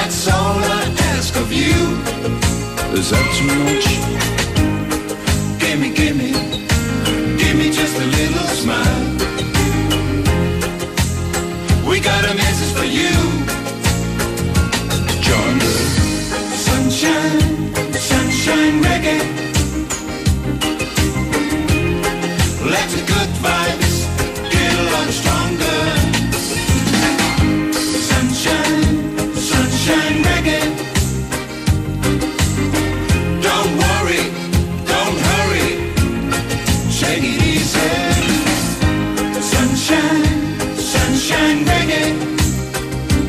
That's all I ask of you. Is that too much? Gimme, gimme, gimme just a little smile. We got a message for you. Join the sunshine, sunshine reggae. Let the good vibes get a lot stronger. Sunshine, sunshine reggae. Don't worry, don't hurry, take it easy. Sunshine, sunshine reggae.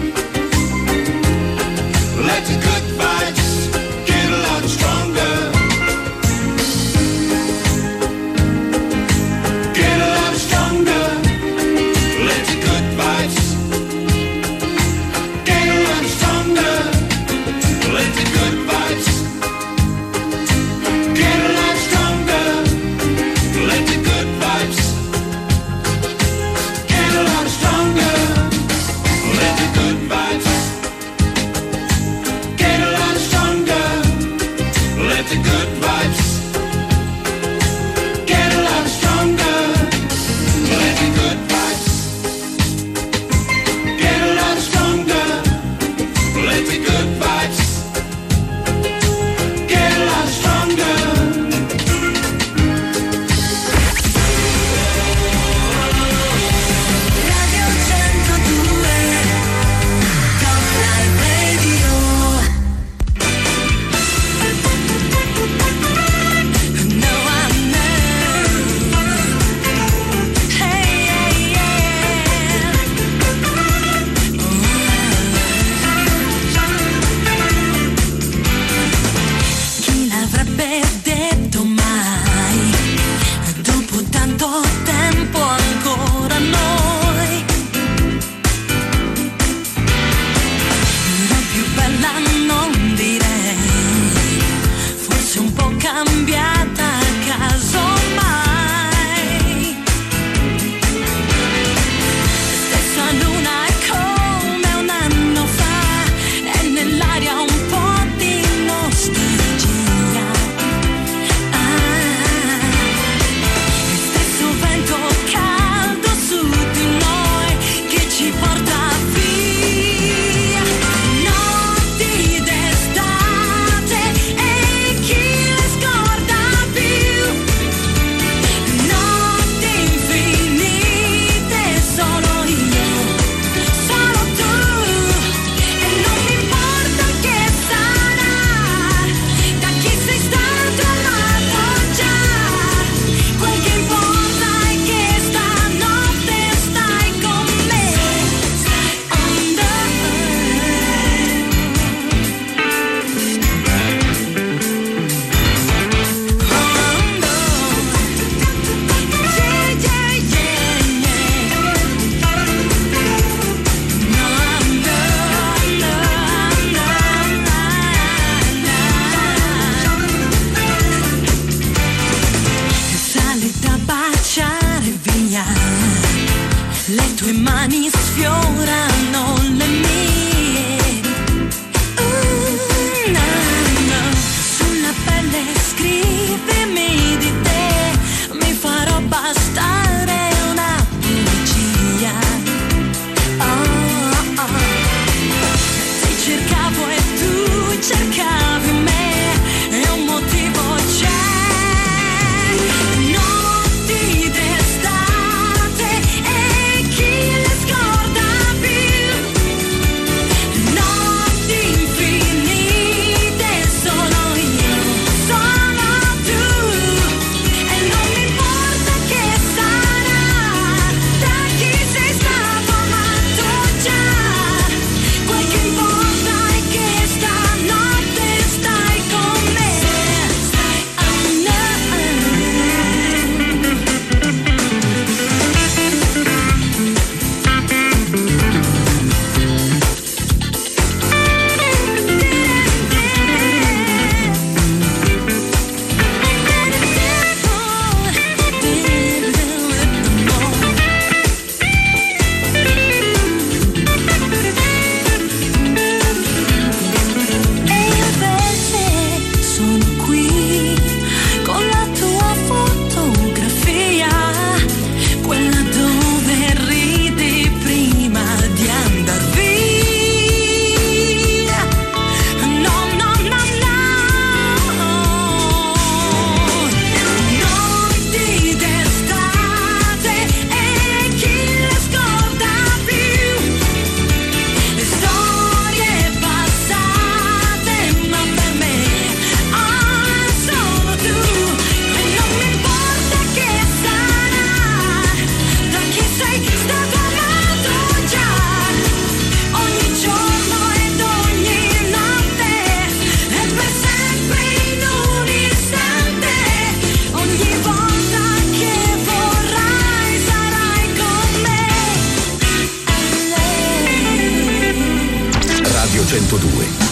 102.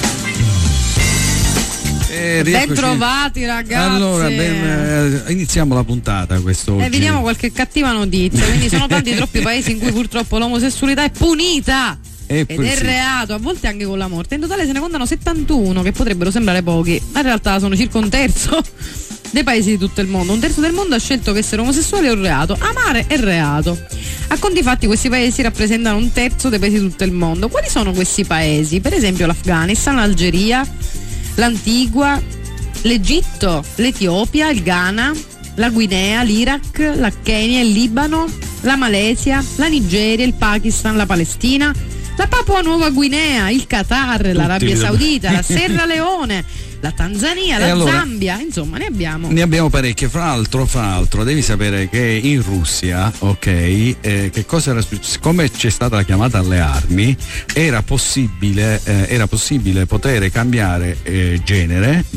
Ben trovati ragazzi. Allora, iniziamo la puntata quest'oggi. Vediamo qualche cattiva notizia. Quindi sono tanti troppi paesi in cui purtroppo l'omosessualità è punita ed è reato, a volte anche con la morte. In totale se ne contano 71, che potrebbero sembrare pochi, ma in realtà sono circa un terzo dei paesi di tutto il mondo. Un terzo del mondo ha scelto che essere omosessuale è un reato, amare è reato. A conti fatti questi paesi rappresentano un terzo dei paesi di tutto il mondo. Quali sono questi paesi? Per esempio l'Afghanistan, l'Algeria, l'Antigua, l'Egitto, l'Etiopia, il Ghana, la Guinea, l'Iraq, la Kenya, il Libano, la Malesia, la Nigeria, il Pakistan, la Palestina, la Papua Nuova Guinea, il Qatar, l'Arabia Saudita, la Sierra Leone, la Tanzania, la Zambia, insomma ne abbiamo parecchie. Fra l'altro devi sapere che in Russia, che cosa era successo? Siccome c'è stata la chiamata alle armi, era possibile poter cambiare genere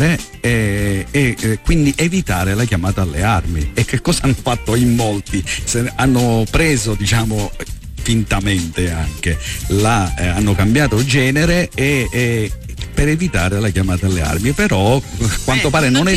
e quindi evitare la chiamata alle armi. E che cosa hanno fatto in molti? Hanno preso, diciamo, fintamente anche hanno cambiato genere e per evitare la chiamata alle armi, però a quanto pare non è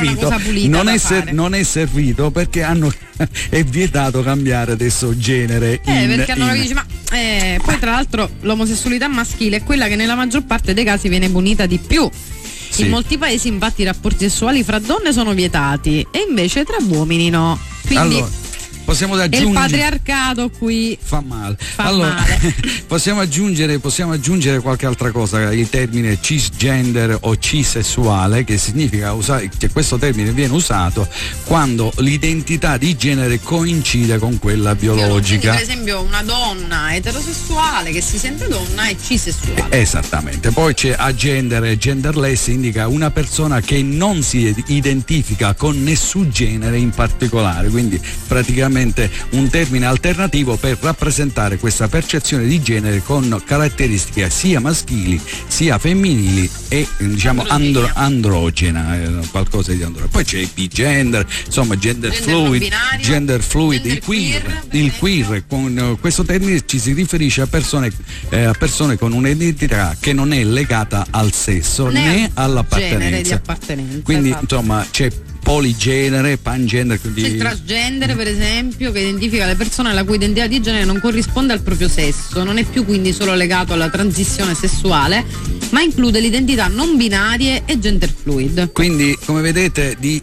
servito perché è vietato cambiare adesso genere perché hanno capito, poi tra l'altro l'omosessualità maschile è quella che nella maggior parte dei casi viene punita di più. Sì. In molti paesi infatti i rapporti sessuali fra donne sono vietati e invece tra uomini no, quindi possiamo aggiungere, il patriarcato qui fa male. Male. possiamo aggiungere qualche altra cosa, il termine cisgender o cisessuale, che significa che questo termine viene usato quando l'identità di genere coincide con quella biologica. Quindi, per esempio una donna eterosessuale che si sente donna è cisessuale. Esattamente. Poi c'è agender e genderless, indica una persona che non si identifica con nessun genere in particolare, quindi praticamente un termine alternativo per rappresentare questa percezione di genere con caratteristiche sia maschili sia femminili e diciamo androgena, qualcosa di androgeno. Poi c'è il bigender, insomma gender fluid, il queer. Con questo termine ci si riferisce a persone con un'identità che non è legata al sesso né all'appartenenza. Quindi esatto. Insomma c'è poligenere, pangender, quindi c'è il transgender per esempio, che identifica le persone la cui identità di genere non corrisponde al proprio sesso, non è più quindi solo legato alla transizione sessuale, ma include l'identità non binarie e gender fluid. Quindi come vedete di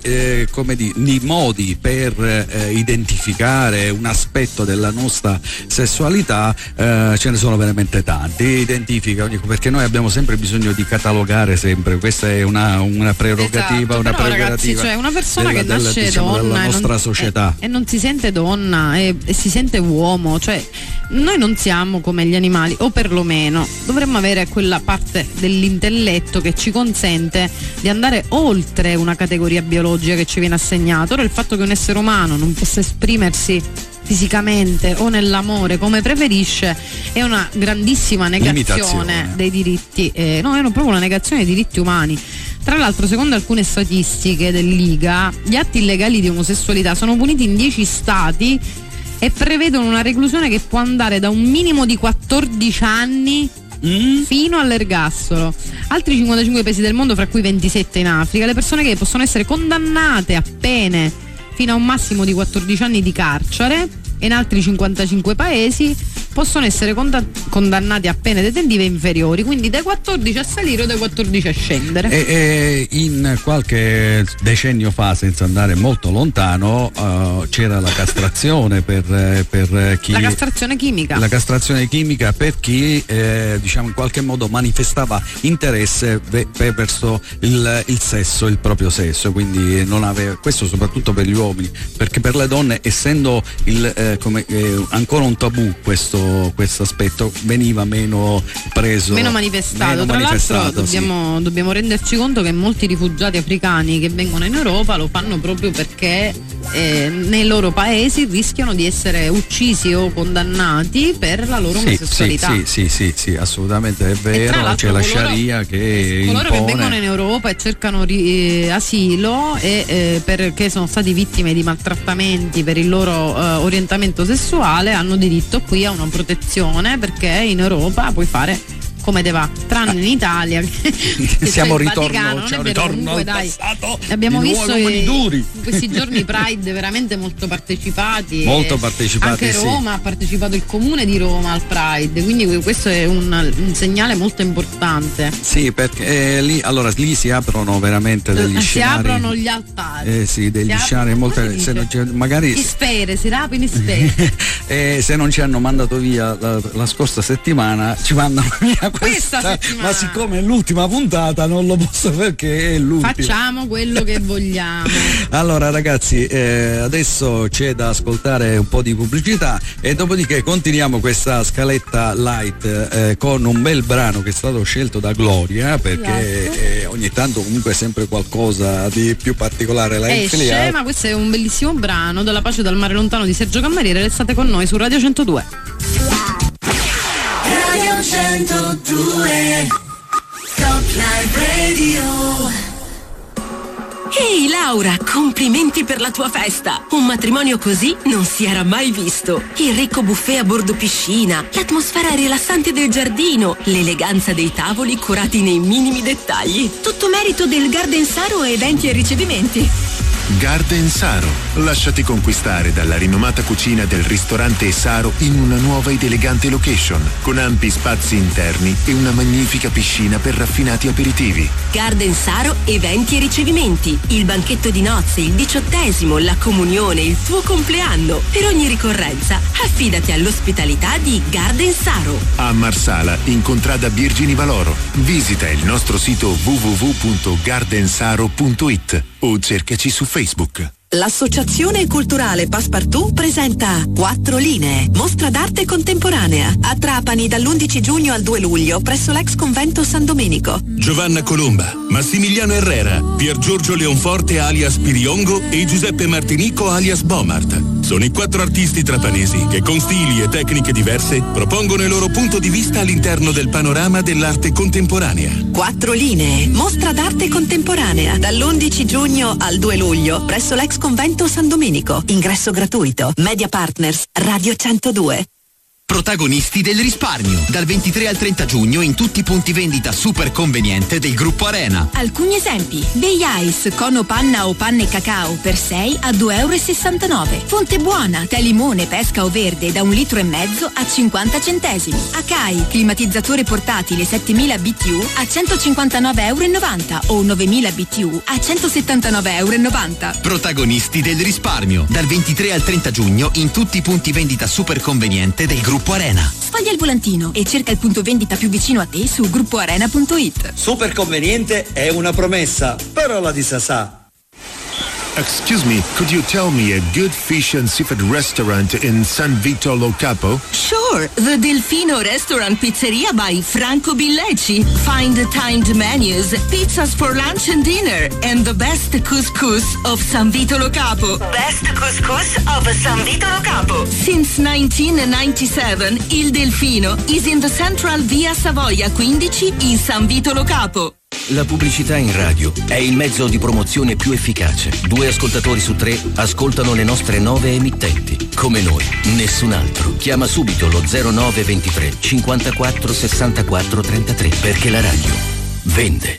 modi per identificare un aspetto della nostra sessualità ce ne sono veramente tanti. Identifica, perché noi abbiamo sempre bisogno di catalogare sempre, questa è una prerogativa, esatto, ragazzi, cioè una persona che nasce donna della nostra società e non si sente donna e si sente uomo, cioè noi non siamo come gli animali, o perlomeno dovremmo avere quella parte dell'intelletto che ci consente di andare oltre una categoria biologica che ci viene assegnata. Ora il fatto che un essere umano non possa esprimersi fisicamente o nell'amore come preferisce è una grandissima negazione dei diritti, è proprio una negazione dei diritti umani. Tra l'altro, secondo alcune statistiche dell'IGA, gli atti illegali di omosessualità sono puniti in 10 stati e prevedono una reclusione che può andare da un minimo di 14 anni fino all'ergastolo. Altri 55 paesi del mondo, fra cui 27 in Africa, le persone che possono essere condannate a pene fino a un massimo di 14 anni di carcere, e in altri 55 paesi possono essere condannati a pene detentive inferiori, quindi dai 14 a salire o dai 14 a scendere. E in qualche decennio fa, senza andare molto lontano, c'era la castrazione per chi, la castrazione chimica per chi diciamo in qualche modo manifestava interesse verso il sesso, il proprio sesso, quindi non aveva, questo soprattutto per gli uomini, perché per le donne, essendo ancora un tabù questo aspetto, veniva meno preso, meno manifestato. Tra l'altro dobbiamo renderci conto che molti rifugiati africani che vengono in Europa lo fanno proprio perché nei loro paesi rischiano di essere uccisi o condannati per la loro omosessualità. Sì, assolutamente è vero. C'è la Sharia che coloro che vengono in Europa e cercano asilo perché sono stati vittime di maltrattamenti per il loro orientamento sessuale, hanno diritto qui a una protezione, perché in Europa puoi fare come te va, tranne in Italia che siamo ritorno al dai, passato, abbiamo visto in questi giorni Pride veramente molto partecipati, partecipati, anche Roma ha partecipato, il comune di Roma al Pride, quindi questo è un segnale molto importante. Sì, perché lì si aprono veramente degli scenari, si aprono gli altari, sì, degli scenari molte, magari sfere, si rapiano sfere. Se non ci hanno mandato via la scorsa settimana, ci mandano via questa settimana. Ma siccome è l'ultima puntata non lo posso, perché è l'ultima. Facciamo quello che vogliamo. Allora ragazzi, adesso c'è da ascoltare un po' di pubblicità e dopodiché continuiamo questa scaletta light con un bel brano che è stato scelto da Gloria, perché ogni tanto comunque sempre qualcosa di più particolare la esce, ma questo è un bellissimo brano della Pace dal mare lontano di Sergio Cammarire. Restate con noi su Radio 102. Radio 102 Top Live Radio. Ehi Laura, complimenti per la tua festa! Un matrimonio così non si era mai visto. Il ricco buffet a bordo piscina, l'atmosfera rilassante del giardino, l'eleganza dei tavoli curati nei minimi dettagli. Tutto merito del Garden Saro Eventi e Ricevimenti. Garden Saro. Lasciati conquistare dalla rinomata cucina del ristorante Saro in una nuova ed elegante location, con ampi spazi interni e una magnifica piscina per raffinati aperitivi. Garden Saro Eventi e Ricevimenti. Il banchetto di nozze, il 18°, la comunione, il tuo compleanno. Per ogni ricorrenza, affidati all'ospitalità di Garden Saro. A Marsala, in contrada Virgini Valoro. Visita il nostro sito www.gardensaro.it o cercaci su Facebook. L'Associazione Culturale Passepartout presenta 4 linee, mostra d'arte contemporanea, a Trapani dall'11 giugno al 2 luglio presso l'ex convento San Domenico. Giovanna Colomba, Massimiliano Herrera, Pier Giorgio Leonforte alias Piriongo e Giuseppe Martinico alias Bomart. Sono i 4 artisti trapanesi che con stili e tecniche diverse propongono il loro punto di vista all'interno del panorama dell'arte contemporanea. 4 linee, mostra d'arte contemporanea, dall'11 giugno al 2 luglio presso l'ex convento San Domenico. Ingresso gratuito. Media Partners, Radio 102. Protagonisti del risparmio. Dal 23 al 30 giugno in tutti i punti vendita super conveniente del gruppo Arena. Alcuni esempi: Bay Ice, cono panna o panne cacao per 6 a 2,69 €. Fonte Buona, tè limone, pesca o verde da 1,5 litri a 50 centesimi. Akai, climatizzatore portatile 7000 BTU a 159,90 € o 9000 BTU a 179,90 €. Protagonisti del risparmio. Dal 23 al 30 giugno in tutti i punti vendita super conveniente del gruppo Arena. Sfoglia il volantino e cerca il punto vendita più vicino a te su gruppoarena.it. Super conveniente è una promessa, parola di Sasà. Excuse me, could you tell me a good fish and seafood restaurant in San Vito Lo Capo? Sure, the Delfino Restaurant Pizzeria by Franco Billecci. Find timed menus, pizzas for lunch and dinner, and the best couscous of San Vito Lo Capo. Best couscous of San Vito Lo Capo. Since 1997, il Delfino is in the Central Via Savoia 15 in San Vito Lo Capo. La pubblicità in radio è il mezzo di promozione più efficace. 2 ascoltatori su 3 ascoltano le nostre 9 emittenti. Come noi, nessun altro. Chiama subito lo 0923 54 64 33 perché la radio vende.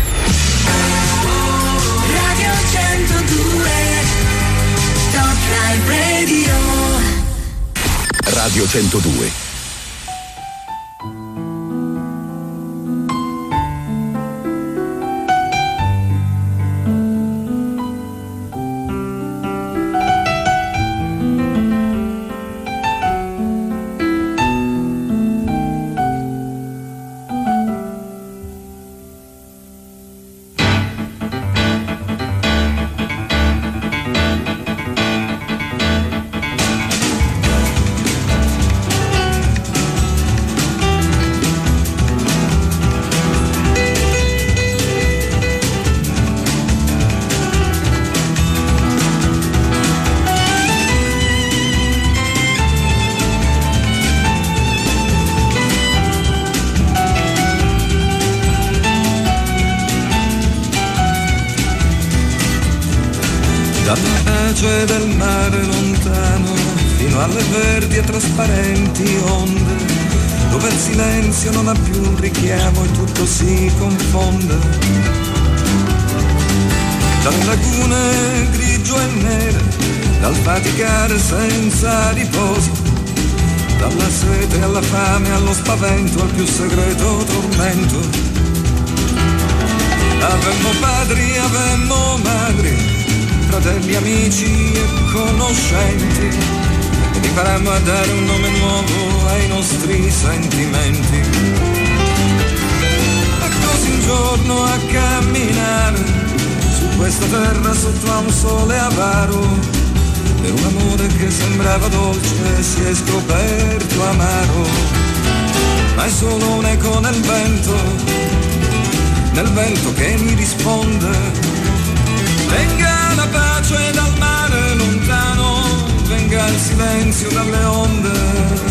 Radio 102 Top Live Radio. Radio 102. Dalla pace del mare lontano fino alle verdi e trasparenti onde dove il silenzio non ha più un richiamo e tutto si confonde. Dalle lagune grigio e nere, dal faticare senza riposo, dalla sete alla fame, allo spavento, al più segreto tormento. Avemmo padri, avemmo madri, fratelli, amici e conoscenti, ed imparammo a dare un nome nuovo ai nostri sentimenti. E così un giorno a camminare su questa terra sotto a un sole avaro, per un amore che sembrava dolce si è scoperto amaro, ma è solo un eco nel vento che mi risponde. Venga la pace dal mare lontano, venga il silenzio dalle onde.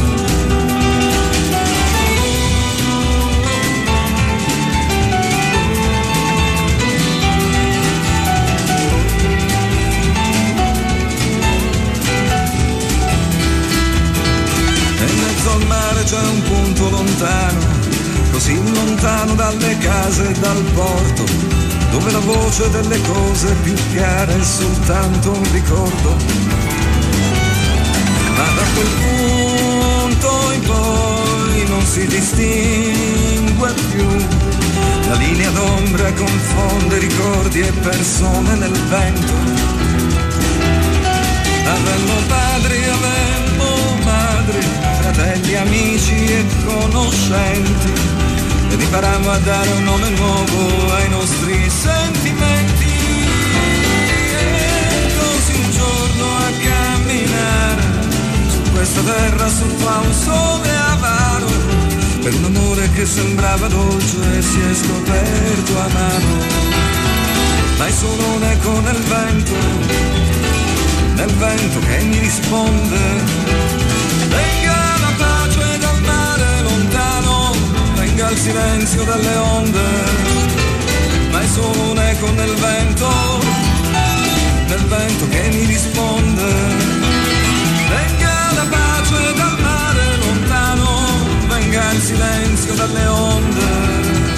Al mare c'è un punto lontano, così lontano dalle case e dal porto, dove la voce delle cose più chiare è soltanto un ricordo. Ma da quel punto in poi non si distingue più, la linea d'ombra confonde ricordi e persone nel vento. Avemmo padri, avemmo madri, fratelli, amici e conoscenti, ed imparammo a dare un nome nuovo ai nostri sentimenti. E così un giorno a camminare su questa terra sotto a un sole avaro, per un amore che sembrava dolce e si è scoperto amaro, ma è solo un eco nel vento che mi risponde. Venga la pace dal mare lontano, venga il silenzio dalle onde, ma è solo un eco nel vento che mi risponde. Venga la pace dal mare lontano, venga il silenzio dalle onde.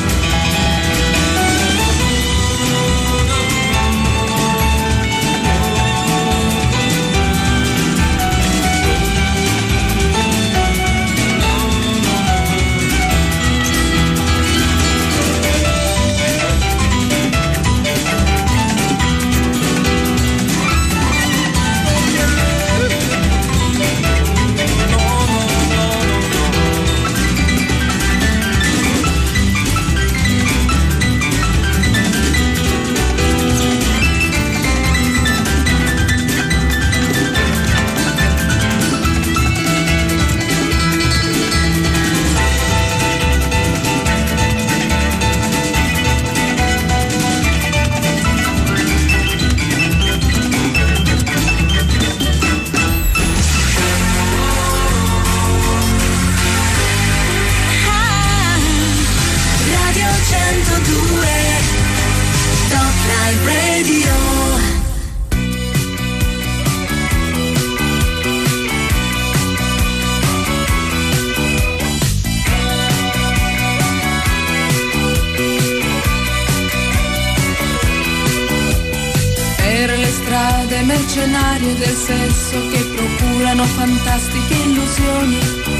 Mercenarie del sesso che procurano fantastiche illusioni.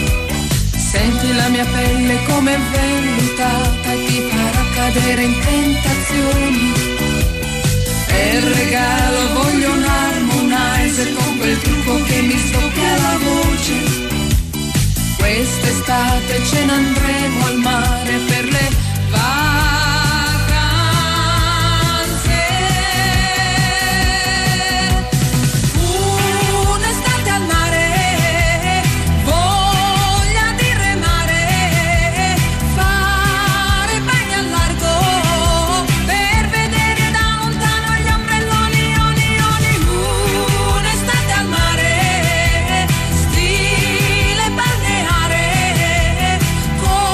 Senti la mia pelle come è vellutata e ti farà cadere in tentazioni. E il regalo voglio un harmonizer con quel trucco che mi sdoppia la voce. Quest'estate ce ne andremo al mare per le con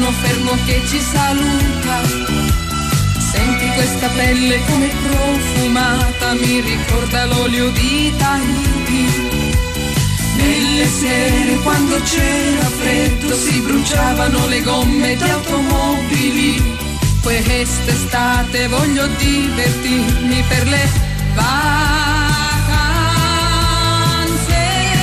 treno fermo che ci saluta. Senti questa pelle come profumata, mi ricorda l'olio di Tahiti. Nelle sere quando c'era freddo si bruciavano le gomme di automobili. Quest'estate voglio divertirmi per le vacanze.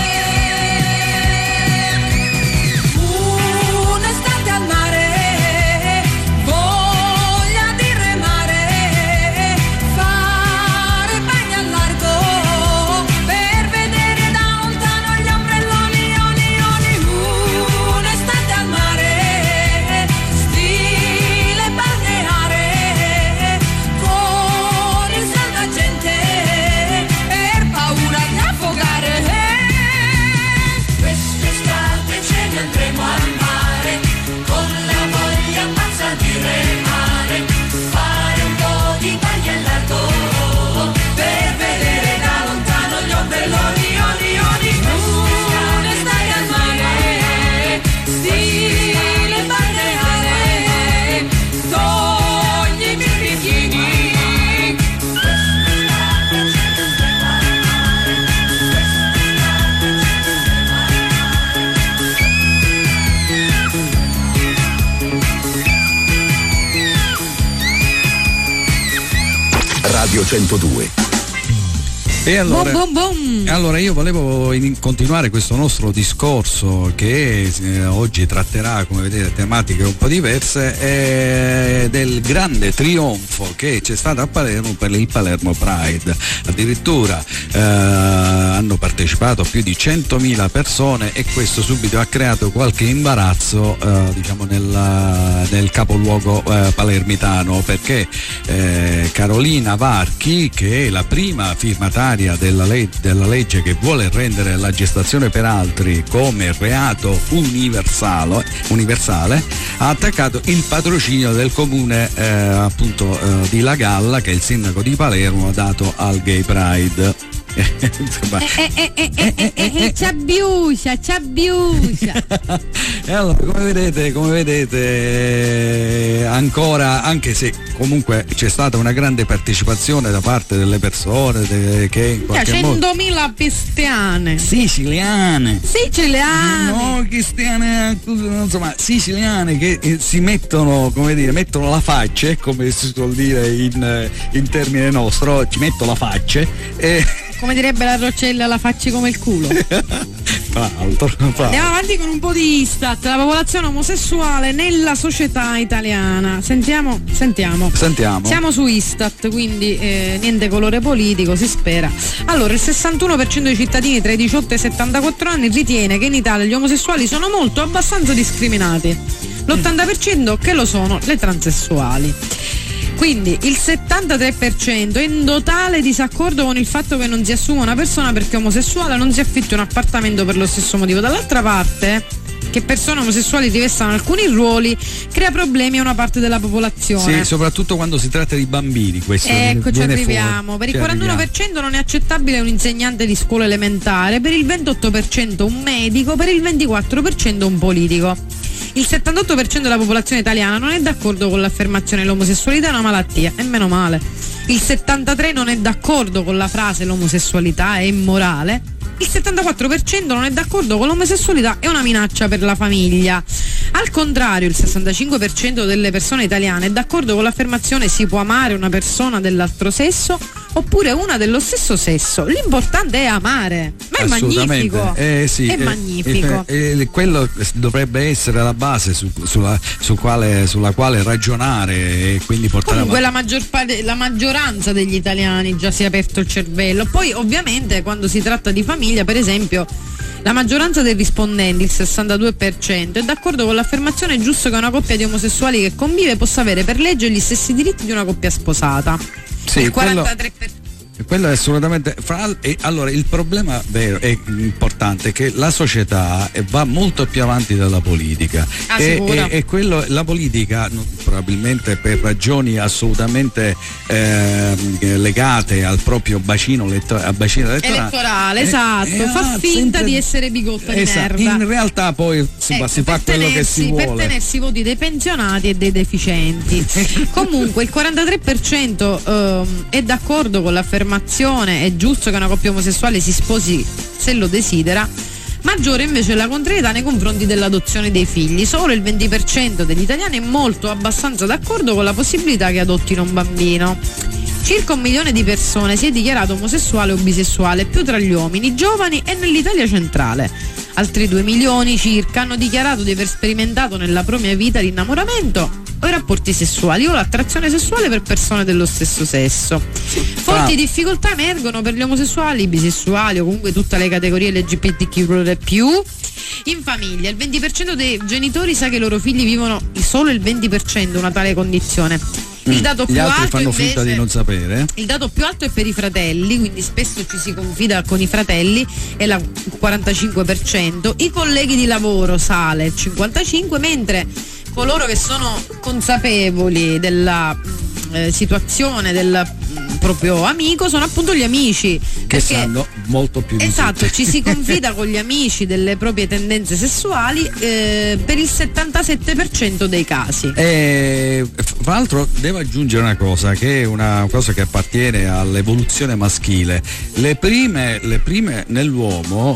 Un'estate al mare, voglia di remare, fare bagni al largo per vedere da lontano gli ombrelloni, oni. Un'estate al mare, stile balneare, con il salvagente per paura di affogare. Quest'estate ce ne andremo al mare, con la voglia pazza di remare, fare un po' di bagni al largo per vedere da lontano gli ombrelloni, oni. Un'estate al mare, stile balneare, toglimi il bikini. Radio 102. E allora, Bom, bom, bom. allora io volevo continuare questo nostro discorso che oggi tratterà, come vedete, tematiche un po' diverse, del grande trionfo che c'è stato a Palermo per il Palermo Pride. Addirittura hanno partecipato più di 100.000 persone e questo subito ha creato qualche imbarazzo diciamo nel capoluogo palermitano, perché Carolina Varchi, che è la prima firmataria della legge che vuole rendere la gestazione per altri come reato universale, ha attaccato il patrocinio del comune di La Galla, che il sindaco di Palermo ha dato al Gay Pride. C'abbiusa. E allora, come vedete, ancora, anche se comunque c'è stata una grande partecipazione da parte delle persone che in qualche 100.000 pistiane siciliane, no, cristiane, insomma siciliane, che si mettono, come dire, mettono la faccia, come si suol dire in termine nostro, ci metto la faccia e come direbbe la Roccella, la facci come il culo. Andiamo avanti con un po' di Istat. La popolazione omosessuale nella società italiana. Sentiamo. Siamo su Istat, quindi niente colore politico, si spera. Allora, il 61% dei cittadini tra i 18 e i 74 anni ritiene che in Italia gli omosessuali sono abbastanza discriminati. L'80% che lo sono le transessuali. Quindi il 73% è in totale disaccordo con il fatto che non si assuma una persona perché è omosessuale, non si affitti un appartamento per lo stesso motivo. Dall'altra parte, che persone omosessuali rivestano alcuni ruoli crea problemi a una parte della popolazione. Sì, soprattutto quando si tratta di bambini. Questo ecco, ci arriviamo. Per il 41% non è accettabile un insegnante di scuola elementare, per il 28% un medico, per il 24% un politico. Il 78% della popolazione italiana non è d'accordo con l'affermazione l'omosessualità è una malattia, e meno male. Il 73% non è d'accordo con la frase l'omosessualità è immorale. Il 74% non è d'accordo con l'omosessualità è una minaccia per la famiglia. Al contrario, il 65% delle persone italiane è d'accordo con l'affermazione si può amare una persona dell'altro sesso oppure una dello stesso sesso. L'importante è amare. Ma è magnifico. Sì, è magnifico. Quello dovrebbe essere la base sulla quale ragionare e quindi portare comunque la maggioranza degli italiani già si è aperto il cervello. Poi ovviamente quando si tratta di famiglia, per esempio, la maggioranza dei rispondenti, il 62%, è d'accordo con l'affermazione giusto che una coppia di omosessuali che convive possa avere per legge gli stessi diritti di una coppia sposata. Sì, il 43%. Quello è assolutamente. Allora, il problema vero è importante che la società va molto più avanti della politica e quello, la politica probabilmente per ragioni assolutamente legate al proprio bacino elettorale, esatto, fa finta di essere bigotto di merda. In realtà poi si fa quello che si vuole per tenersi i voti dei pensionati e dei deficienti. Comunque il 43% è d'accordo con l'affermazione è giusto che una coppia omosessuale si sposi se lo desidera. Maggiore invece la contrarietà nei confronti dell'adozione dei figli. Solo il 20% degli italiani è abbastanza d'accordo con la possibilità che adottino un bambino. Circa 1 milione di persone si è dichiarato omosessuale o bisessuale, più tra gli uomini giovani e nell'Italia centrale. Altri 2 milioni circa hanno dichiarato di aver sperimentato nella propria vita l'innamoramento o i rapporti sessuali o l'attrazione sessuale per persone dello stesso sesso. Forti difficoltà emergono per gli omosessuali, bisessuali o comunque tutte le categorie LGBTQ+. In famiglia il 20% dei genitori sa che i loro figli vivono solo il 20% una tale condizione. Il dato più gli altri alto fanno invece, finta di non sapere. Il dato più alto è per i fratelli, quindi spesso ci si confida con i fratelli, è il 45%. I colleghi di lavoro sale il 55%, mentre coloro che sono consapevoli della situazione del proprio amico sono appunto gli amici, che sanno molto più di esatto, ci si confida con gli amici delle proprie tendenze sessuali per il 77% dei casi. Tra l'altro devo aggiungere una cosa, che è una cosa che appartiene all'evoluzione maschile. Le prime nell'uomo,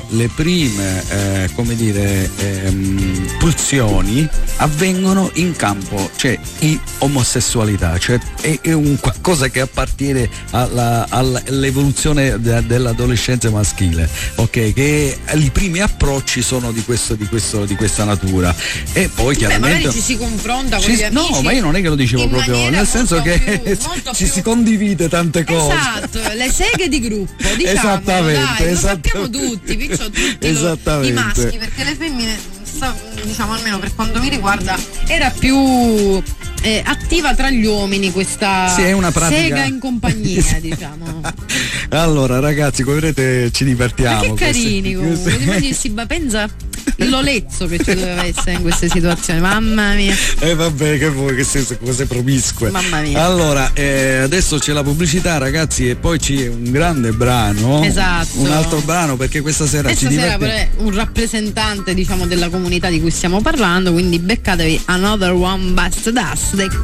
pulsioni avvengono in campo, cioè in omosessualità, cioè è un qualcosa che appartiene all'evoluzione dell'adolescenza maschile, ok? Che i primi approcci sono di questa natura, e poi chiaramente magari ci si confronta con gli amici. No, ma io non è che lo dicevo proprio, nel senso che si condivide tante cose. Esatto, le seghe di gruppo, diciamo, esattamente, lo sappiamo tutti, i maschi, perché le femmine, diciamo, almeno per quanto mi riguarda, era più attiva tra gli uomini questa è una pratica. Sega in compagnia, diciamo. Allora ragazzi, come vedete ci divertiamo. Ma che carini comunque. Pensa l'olezzo che ci doveva essere in queste situazioni, mamma mia. Vabbè, che vuoi, che sei cose promiscue. Mamma mia. Allora, adesso c'è la pubblicità, ragazzi, e poi c'è un grande brano. Esatto. Un altro brano, perché questa sera ci divertiamo. Sera un rappresentante, diciamo, della comunità di cui stiamo parlando, quindi beccatevi Another One Bites the Dust. Radio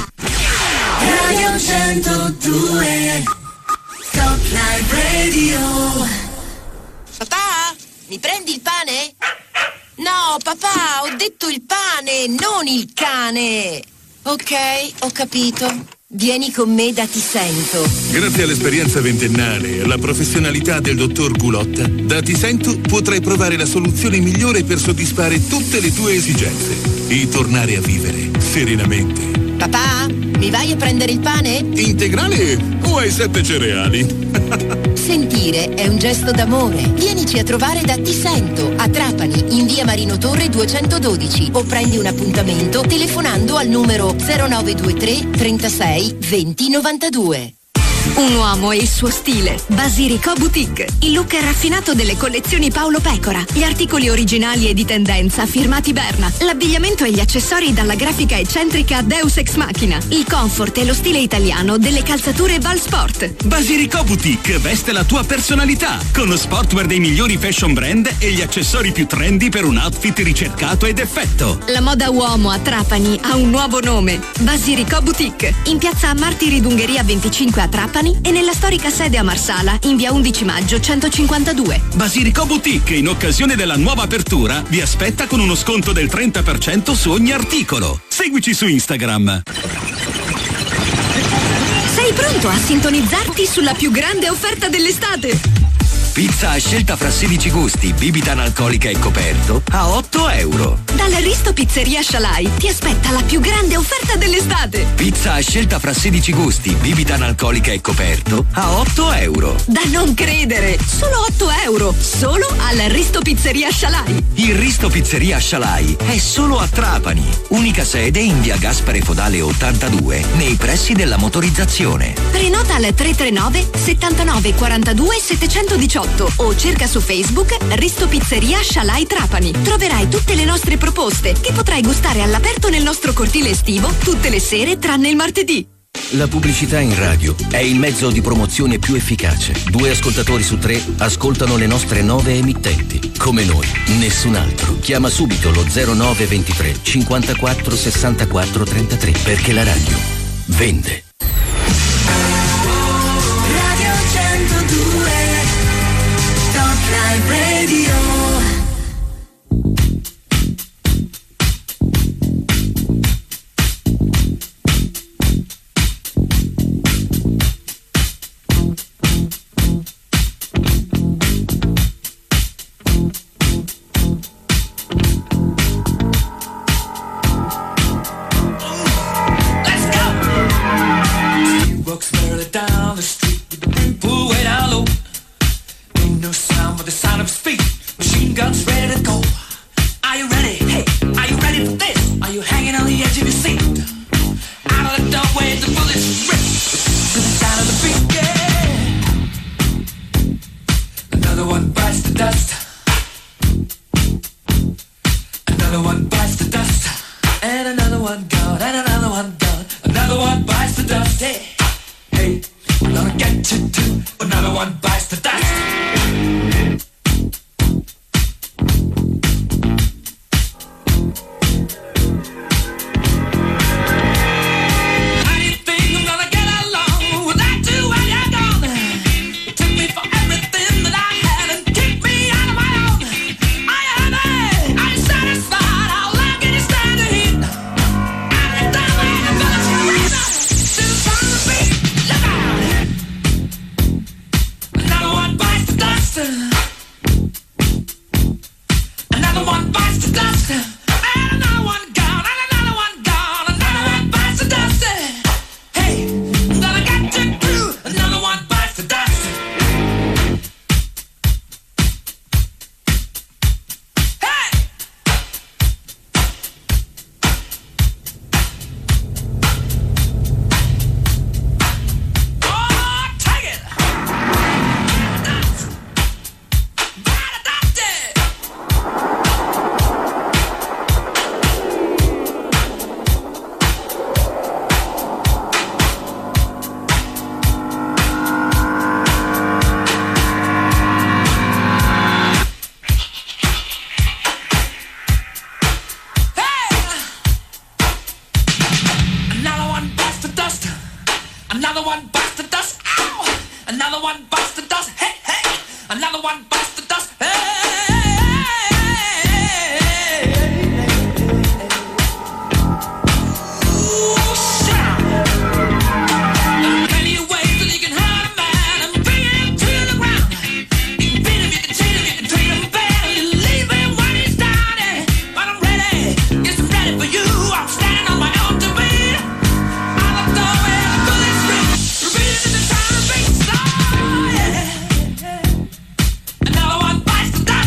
102 Top Live Radio. Papà, mi prendi il pane? No, papà, ho detto il pane, non il cane. Ok, ho capito. Vieni con me da Tisento. Grazie all'esperienza ventennale e alla professionalità del dottor Gulotta, da Tisento potrai provare la soluzione migliore per soddisfare tutte le tue esigenze e tornare a vivere serenamente. Papà, mi vai a prendere il pane? Integrale o hai 7 cereali? Sentire è un gesto d'amore. Vienici a trovare da Tisento, a Trapani, in via Marino Torre 212, o prendi un appuntamento telefonando al numero 0923 36 20 92. Un uomo e il suo stile. Basilico Boutique. Il look raffinato delle collezioni Paolo Pecora. Gli articoli originali e di tendenza firmati Berna. L'abbigliamento e gli accessori dalla grafica eccentrica Deus Ex Machina. Il comfort e lo stile italiano delle calzature Valsport. Basilico Boutique veste la tua personalità con lo sportwear dei migliori fashion brand e gli accessori più trendy per un outfit ricercato ed effetto. La moda uomo a Trapani ha un nuovo nome. Basilico Boutique. In piazza Martiri d'Ungheria 25 a Trapani e nella storica sede a Marsala in via 11 maggio 152. Basilico Boutique, in occasione della nuova apertura, vi aspetta con uno sconto del 30% su ogni articolo. Seguici su Instagram. Sei pronto a sintonizzarti sulla più grande offerta dell'estate? Pizza a scelta fra 16 gusti, bibita analcolica e coperto a €8. Dal Risto Pizzeria Scialai ti aspetta la più grande offerta dell'estate. Pizza a scelta fra 16 gusti, bibita analcolica e coperto a €8. Da non credere, solo €8. €, solo alla Risto Pizzeria Scialai. Il Risto Pizzeria Scialai è solo a Trapani. Unica sede in via Gaspare Fodale 82, nei pressi della motorizzazione. Prenota al 339 79 42 718 o cerca su Facebook Risto Pizzeria Scialai Trapani. Troverai tutte le nostre proposte che potrai gustare all'aperto nel nostro cortile estivo tutte le sere tranne il martedì. La pubblicità in radio è il mezzo di promozione più efficace. 2 ascoltatori su 3 ascoltano le nostre 9 emittenti. Come noi, nessun altro. Chiama subito lo 0923 54 64 33 perché la radio vende. Radio 102 Top Live Radio. Down the street with the brim pulled way down low. Ain't no sound but the sound of his feet. Machine guns ready to go. Are you ready? Hey, are you ready for this? Are you hanging on the edge of your seat? Out of the doorway, the bullets rip to the sound of the beat. Yeah. Another one bites the dust. Another one bites the dust. And another one gone. And another one gone. Another one bites the dust. Hey. Hey, I'm gonna get you too. Another one bites the dust. How do you think I'm gonna get along without you when you're gone? You took me for everything that I had and kicked me out of my own. Are you happy? Are you satisfied? How long can you stand the heat? Out of the way, I'm gonna scream out to the sound of the beat. Another one bites the dust. Another one bites the dust. And another one gone. And another one gone. Another one bites the dust. Hey, I'm gonna get you through. Another one bites the dust. Hey! Oh, take it! Another one bites the dust. Another one bites the dust. Ow! Another one bites the dust. Hey, hey! Another one bites the dust. Hey! Ooh, shit! There are plenty of ways that you can hurt a man and bring him to the ground. You can beat him, you can cheat him, you can treat him bad, you leave him when he's down. But I'm ready, yes, I'm ready for you. I'm standing on my own to beat. Out of the way, the bullets rip, repeating the sound of beats. Oh, yeah. Another one bites the dust.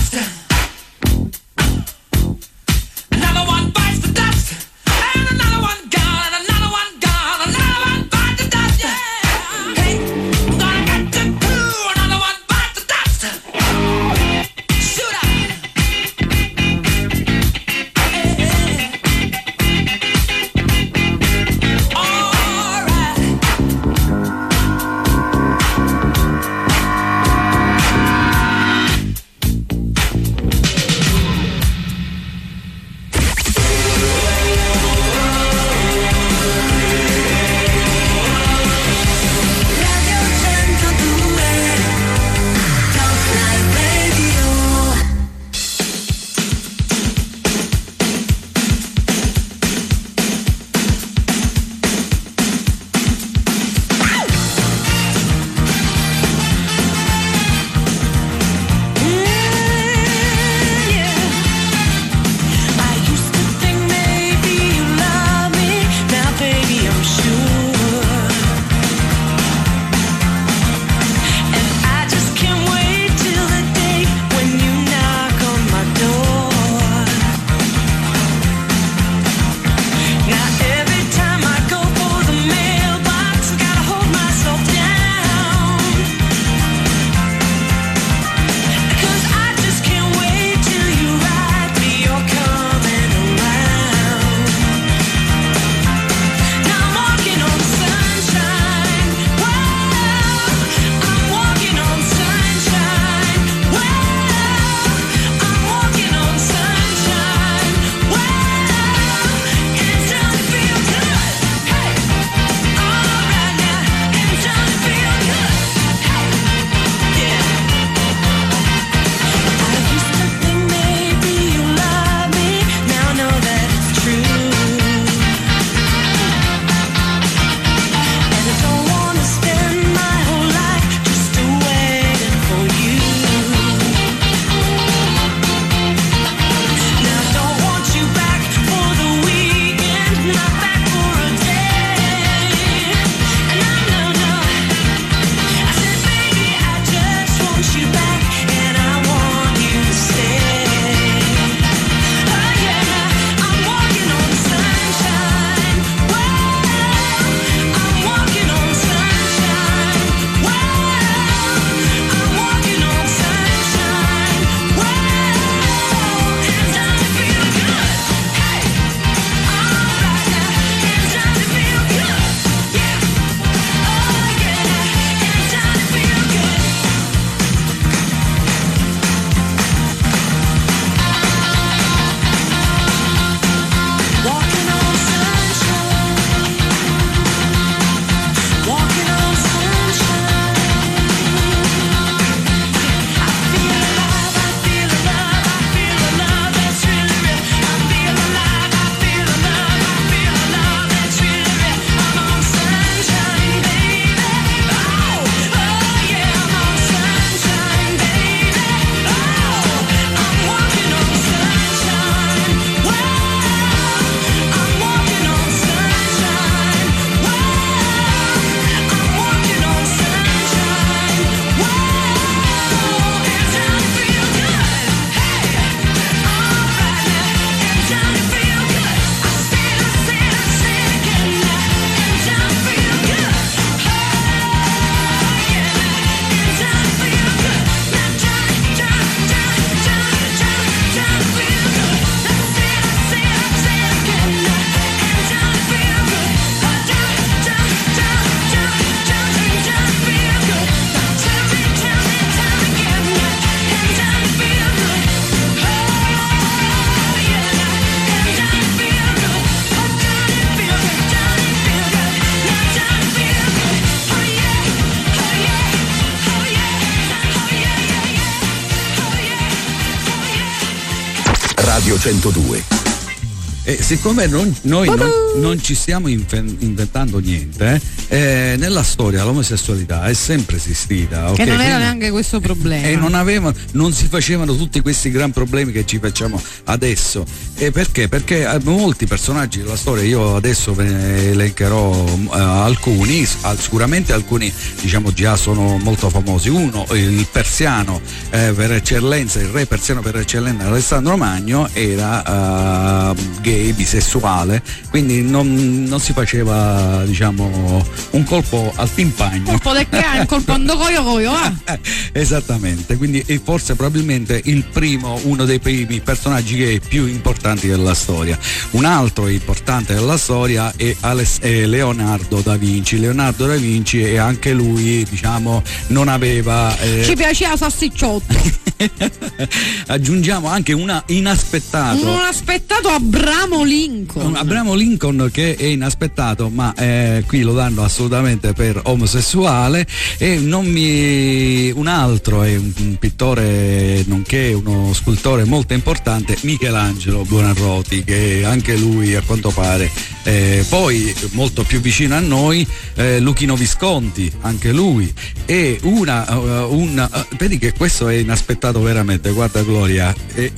Radio 102. E siccome noi non ci stiamo inventando niente, nella storia l'omosessualità è sempre esistita. Okay? E non era neanche questo problema. E non si facevano tutti questi gran problemi che ci facciamo adesso. E perché? Perché molti personaggi della storia, io adesso ve ne elencherò alcuni, sicuramente alcuni diciamo già sono molto famosi. Uno, il persiano per eccellenza, il re persiano per eccellenza Alessandro Magno era gay, bisessuale, quindi non si faceva diciamo un colpo al timpagno, un po' un colpo coio esattamente, quindi forse probabilmente uno dei primi personaggi gay più importanti della storia. Un altro importante della storia è Leonardo da Vinci. Leonardo da Vinci, e anche lui diciamo non aveva ci piaceva salsicciotto. Aggiungiamo anche un inaspettato Abramo Lincoln che è inaspettato, ma qui lo danno assolutamente per omosessuale. E un altro è un pittore nonché uno scultore molto importante, Michelangelo Buonarroti, che anche lui a quanto pare poi molto più vicino a noi, Luchino Visconti, anche lui. E vedi che questo è inaspettato veramente, guarda Gloria,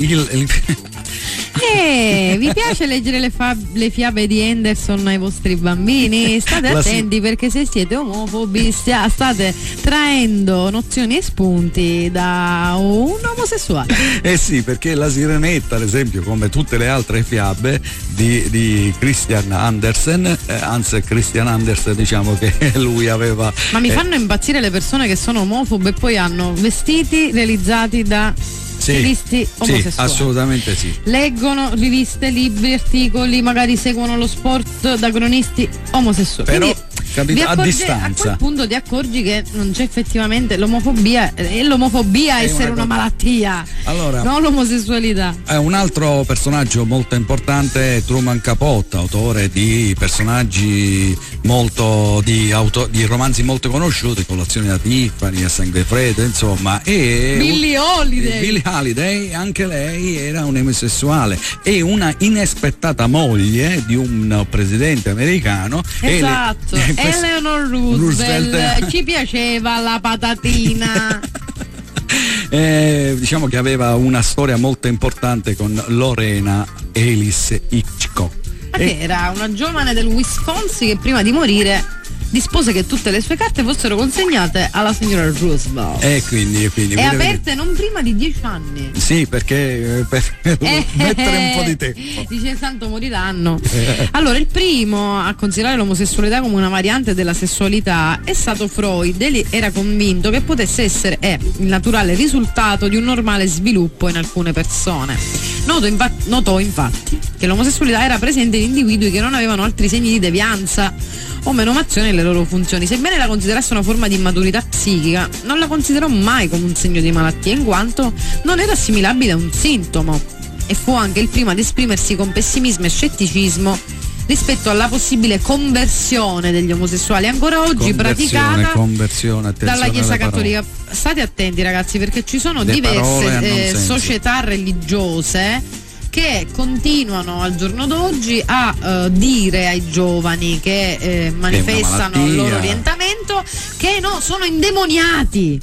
vi piace leggere le fiabe di Henderson ai vostri bambini? State attenti, perché se siete omofobi state traendo nozioni e spunti da un omosessuale. Sì, perché la Sirenetta, ad esempio, come tutte le altre fiabe di Christian Andersen, Christian Andersen, diciamo che lui aveva... Ma mi fanno impazzire le persone che sono omofobe e poi hanno vestiti realizzati da stilisti omosessuali. Sì, assolutamente sì. Leggono riviste, libri, articoli, magari seguono lo sport da cronisti omosessuali. Però a distanza. A quel punto ti accorgi che non c'è effettivamente l'omofobia essere una malattia, allora, non l'omosessualità. Un altro personaggio molto importante è Truman Capote, autore di personaggi di romanzi molto conosciuti, Colazione da Tiffany, A Sangue Freddo, insomma. E Billie Holiday, anche lei era un omosessuale e una inaspettata moglie di un presidente americano. Esatto. Eleanor Roosevelt. Ci piaceva la patatina. Diciamo che aveva una storia molto importante con Lorena Alice Hitchcock. Era una giovane del Wisconsin che prima di morire dispose che tutte le sue carte fossero consegnate alla signora Roosevelt. E quindi aperte non prima di 10 anni. Sì, perché per mettere un po' di tempo. Dice tanto moriranno. Allora, il primo a considerare l'omosessualità come una variante della sessualità è stato Freud. Egli era convinto che potesse essere il naturale risultato di un normale sviluppo in alcune persone. Notò infatti che l'omosessualità era presente in individui che non avevano altri segni di devianza o menomazione nelle loro funzioni. Sebbene la considerasse una forma di immaturità psichica, non la considerò mai come un segno di malattia, in quanto non era assimilabile a un sintomo, e fu anche il primo ad esprimersi con pessimismo e scetticismo rispetto alla possibile conversione degli omosessuali, ancora oggi praticata dalla Chiesa Cattolica. State attenti, ragazzi, perché ci sono diverse società religiose che continuano al giorno d'oggi a dire ai giovani che manifestano il loro orientamento che sono indemoniati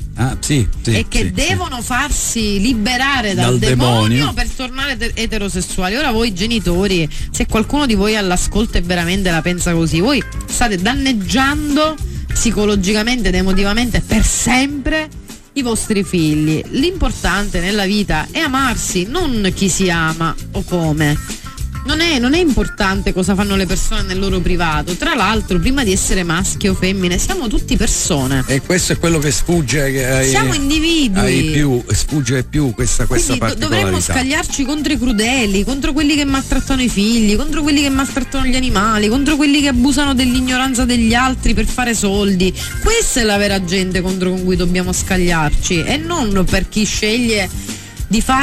e che devono farsi liberare dal demonio per tornare eterosessuali. Ora voi genitori, se qualcuno di voi all'ascolto e veramente la pensa così, voi state danneggiando psicologicamente ed emotivamente per sempre i vostri figli. L'importante nella vita è amarsi, non chi si ama o come. Non è importante cosa fanno le persone nel loro privato. Tra l'altro, prima di essere maschi o femmine, siamo tutti persone. E questo è quello che sfugge siamo individui. Sfugge più questa particolarità. Dovremmo scagliarci contro i crudeli, contro quelli che maltrattano i figli, contro quelli che maltrattano gli animali, contro quelli che abusano dell'ignoranza degli altri per fare soldi. Questa è la vera gente con cui dobbiamo scagliarci, e non per chi sceglie di fare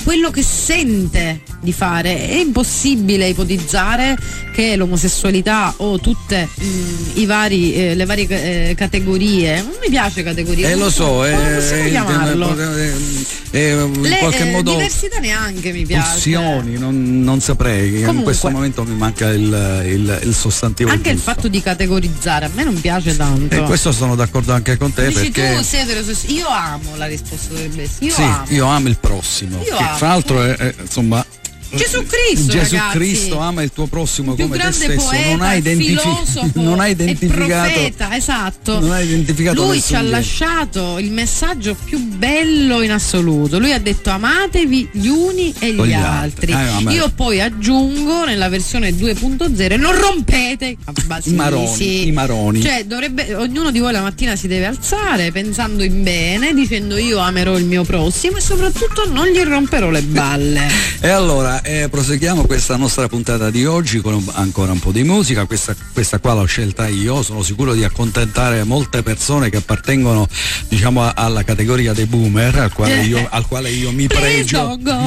quello che sente di fare. È impossibile ipotizzare che l'omosessualità o tutte le varie categorie, non mi piace categorie, lo so, come possiamo chiamarlo? In qualche modo diversità neanche mi piace. Pulsioni, non saprei. Comunque, in questo momento mi manca il sostantivo. Anche giusto. il fatto di categorizzare a me non piace tanto. E questo sono d'accordo anche con te. Dici perché tu sei eterosessuale. Io amo la risposta dovrebbe essere. Io amo il prossimo. Tra l'altro insomma, Gesù Cristo, Gesù ragazzi. Cristo ama il tuo prossimo come te stesso. Poeta, non hai identificato. Profeta, esatto. Non hai identificato. Lui ci ha lasciato il messaggio più bello in assoluto. Lui ha detto: amatevi gli uni e gli altri. Io poi aggiungo nella versione 2.0: non rompete i maroni. Cioè, ognuno di voi la mattina si deve alzare pensando in bene, dicendo: io amerò il mio prossimo e soprattutto non gli romperò le balle. E allora proseguiamo questa nostra puntata di oggi con ancora un po' di musica. Questa qua l'ho scelta io, sono sicuro di accontentare molte persone che appartengono, diciamo, alla categoria dei boomer, al quale io mi pregio.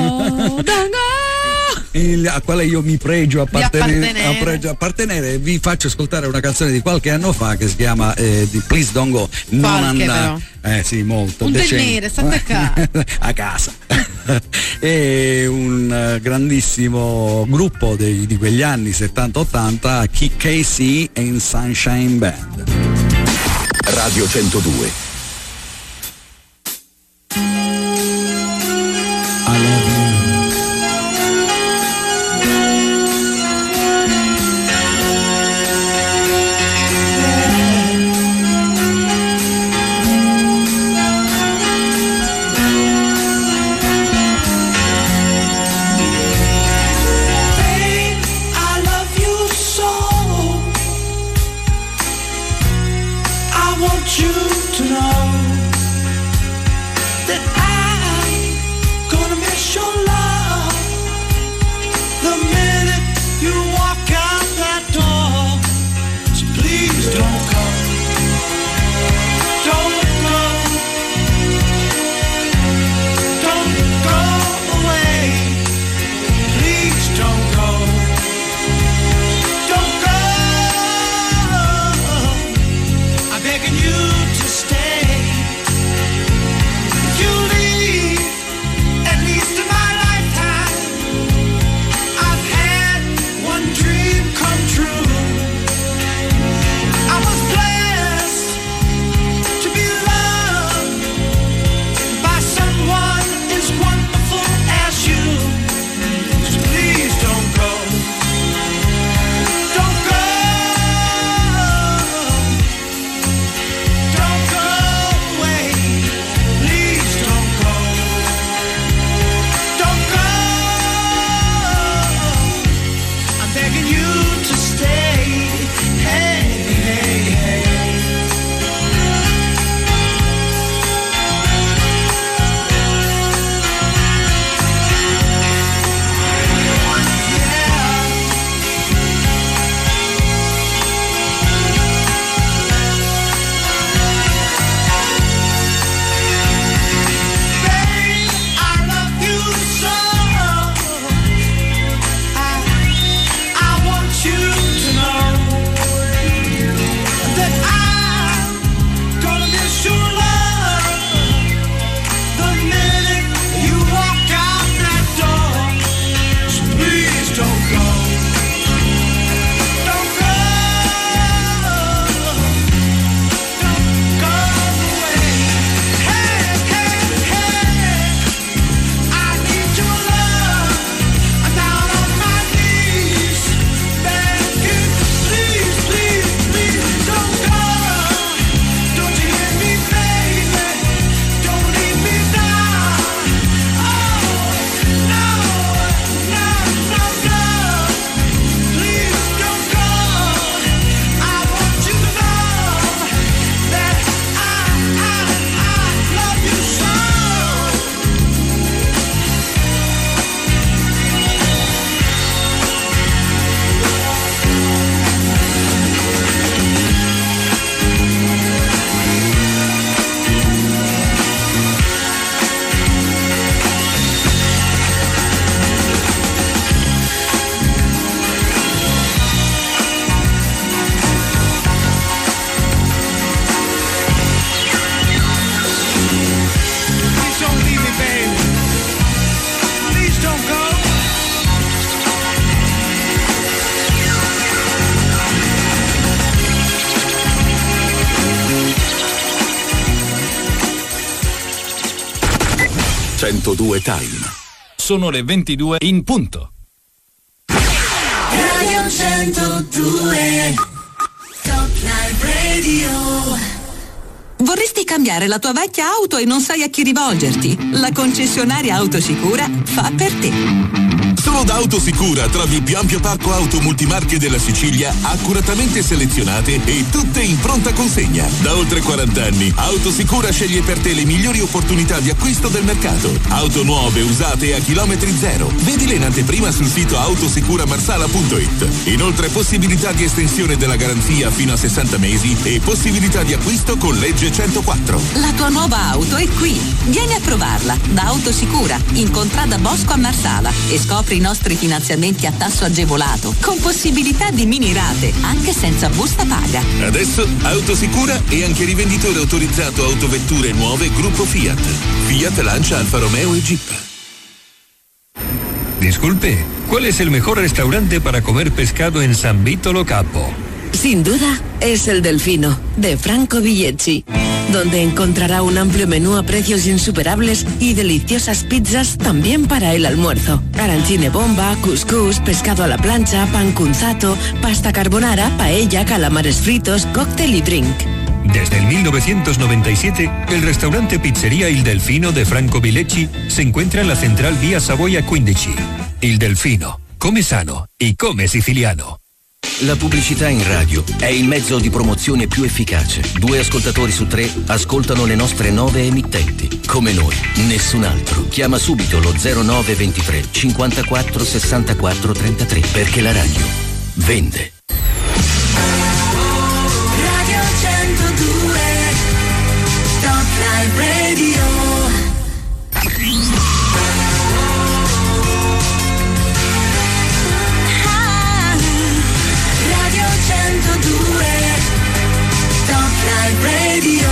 A quale io mi pregio appartenere. Vi faccio ascoltare una canzone di qualche anno fa che si chiama di Please Don't Go. Non andare. Sì, molto. Un tenere, state a casa. È un grandissimo gruppo di quegli anni 70-80, KC and Sunshine Band. Radio 102. You to know 102 Time. Sono le 22 in punto. Radio 102 Top Live Radio. Vorresti cambiare la tua vecchia auto e non sai a chi rivolgerti? La concessionaria Autosicura fa per te. Solo da Autosicura trovi il più ampio parco auto multimarche della Sicilia, accuratamente selezionate e tutte in pronta consegna. Da oltre 40 anni, Autosicura sceglie per te le migliori opportunità di acquisto del mercato. Auto nuove, usate a chilometri zero. Vedile in anteprima sul sito autosicuramarsala.it. Inoltre possibilità di estensione della garanzia fino a 60 mesi e possibilità di acquisto con legge 104. La tua nuova auto è qui. Vieni a provarla da Autosicura, in contrada Bosco a Marsala, e scopri i nostri finanziamenti a tasso agevolato, con possibilità di mini rate, anche senza busta paga. Adesso Autosicura è anche rivenditore autorizzato autovetture nuove gruppo Fiat. Fiat lancia Alfa Romeo e Jeep. Disculpe, ¿cuál es el mejor restaurante para comer pescado en San Vito Lo Capo? Sin duda, es el Delfino, de Franco Vigliacchi, donde encontrará un amplio menú a precios insuperables y deliciosas pizzas también para el almuerzo. Arancine bomba, couscous, pescado a la plancha, pan cunzato, pasta carbonara, paella, calamares fritos, cóctel y drink. Desde el 1997, el restaurante Pizzería Il Delfino de Franco Vigliacchi se encuentra en la central vía Savoia 15. Il Delfino, come sano y come siciliano. La pubblicità in radio è il mezzo di promozione più efficace. 2 ascoltatori su 3 ascoltano le nostre 9 emittenti. Come noi, nessun altro. Chiama subito lo 0923 54 64 33 perché la radio vende. Radio 102 Top Live Radio. Radio.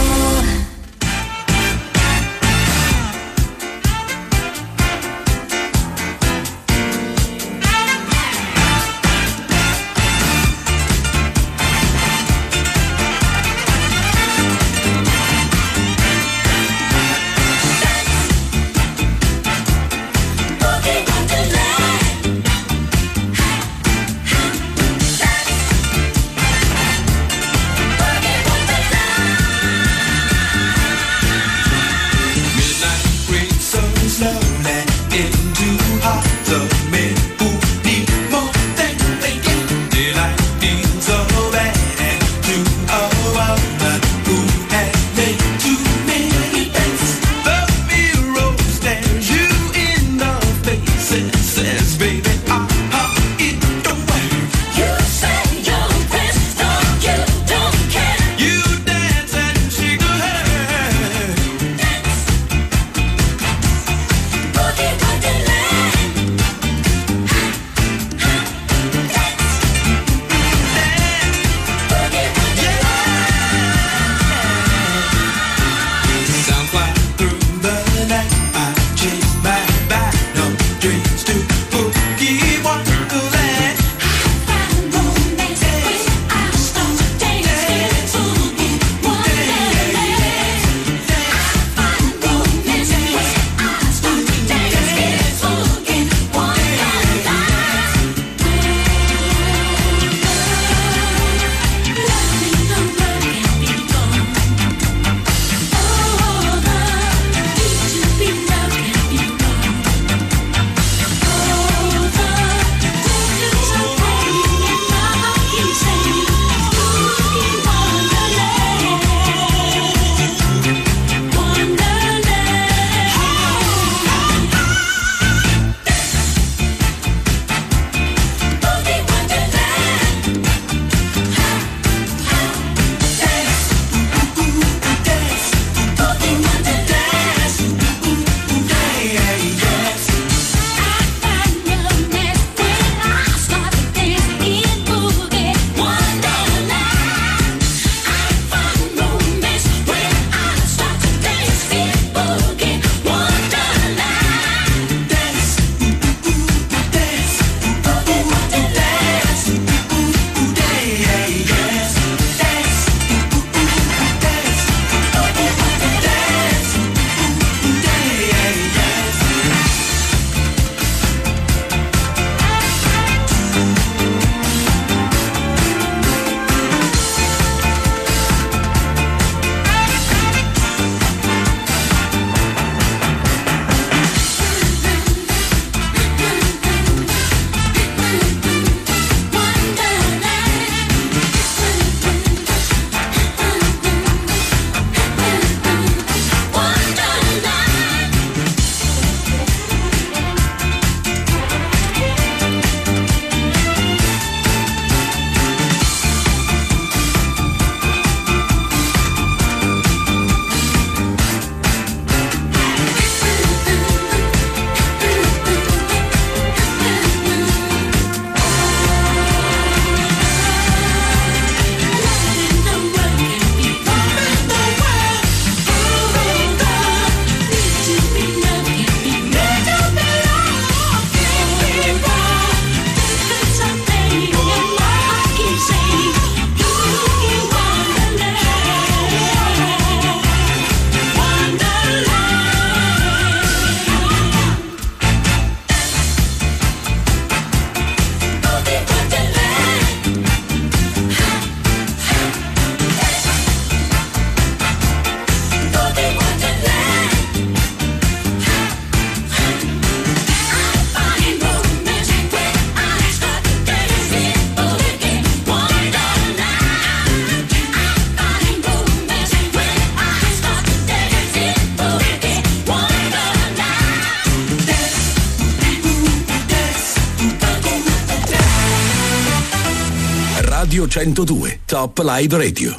Radio 102, Top Live Radio.